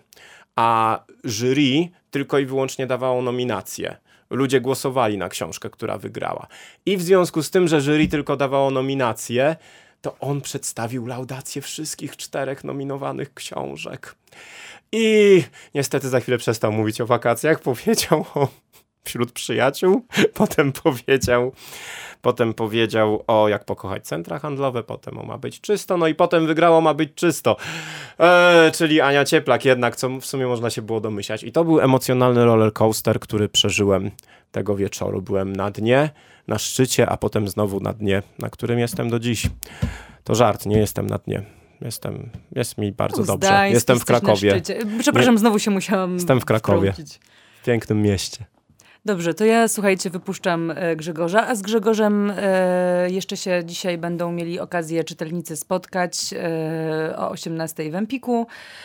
Speaker 2: a jury tylko i wyłącznie dawało nominacje. Ludzie głosowali na książkę, która wygrała. I w związku z tym, że jury tylko dawało nominacje, to on przedstawił laudację wszystkich czterech nominowanych książek. I niestety za chwilę przestał mówić o wakacjach, powiedział o wśród przyjaciół, potem powiedział, potem powiedział o jak pokochać centra handlowe, potem o ma być czysto, no i potem wygrało ma być czysto. Eee, czyli Ania Cieplak jednak, co w sumie można się było domyślać. I to był emocjonalny roller coaster, który przeżyłem tego wieczoru. Byłem na dnie, na szczycie, a potem znowu na dnie, na którym jestem do dziś. To żart, nie jestem na dnie. Jestem, jest mi bardzo dobrze.
Speaker 1: Zdański,
Speaker 2: Jestem w
Speaker 1: jesteś na
Speaker 2: Krakowie.
Speaker 1: szczycie. Przepraszam, znowu się musiałam
Speaker 2: Jestem w Krakowie.
Speaker 1: wtrącić.
Speaker 2: W pięknym mieście.
Speaker 1: Dobrze, to ja, słuchajcie, wypuszczam e, Grzegorza, a z Grzegorzem e, jeszcze się dzisiaj będą mieli okazję czytelnicy spotkać e, o osiemnastej w Empiku.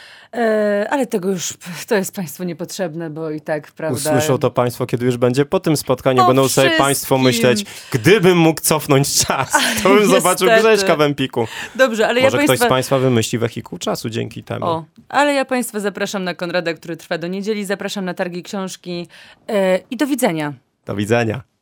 Speaker 1: E, ale tego już, to jest Państwu niepotrzebne, bo i tak, prawda...
Speaker 2: Usłyszą to Państwo, kiedy już będzie po tym spotkaniu.
Speaker 1: Po
Speaker 2: Będą sobie
Speaker 1: wszystkim.
Speaker 2: Państwo myśleć, gdybym mógł cofnąć czas, to bym zobaczył
Speaker 1: Niestety.
Speaker 2: Grześka w Empiku.
Speaker 1: Dobrze, ale
Speaker 2: Może
Speaker 1: ja
Speaker 2: ktoś
Speaker 1: Państwa...
Speaker 2: z Państwa wymyśli wehikuł czasu dzięki temu.
Speaker 1: O, ale ja Państwa zapraszam na Konrada, który trwa do niedzieli, zapraszam na targi książki e, i do widzenia.
Speaker 2: Do widzenia.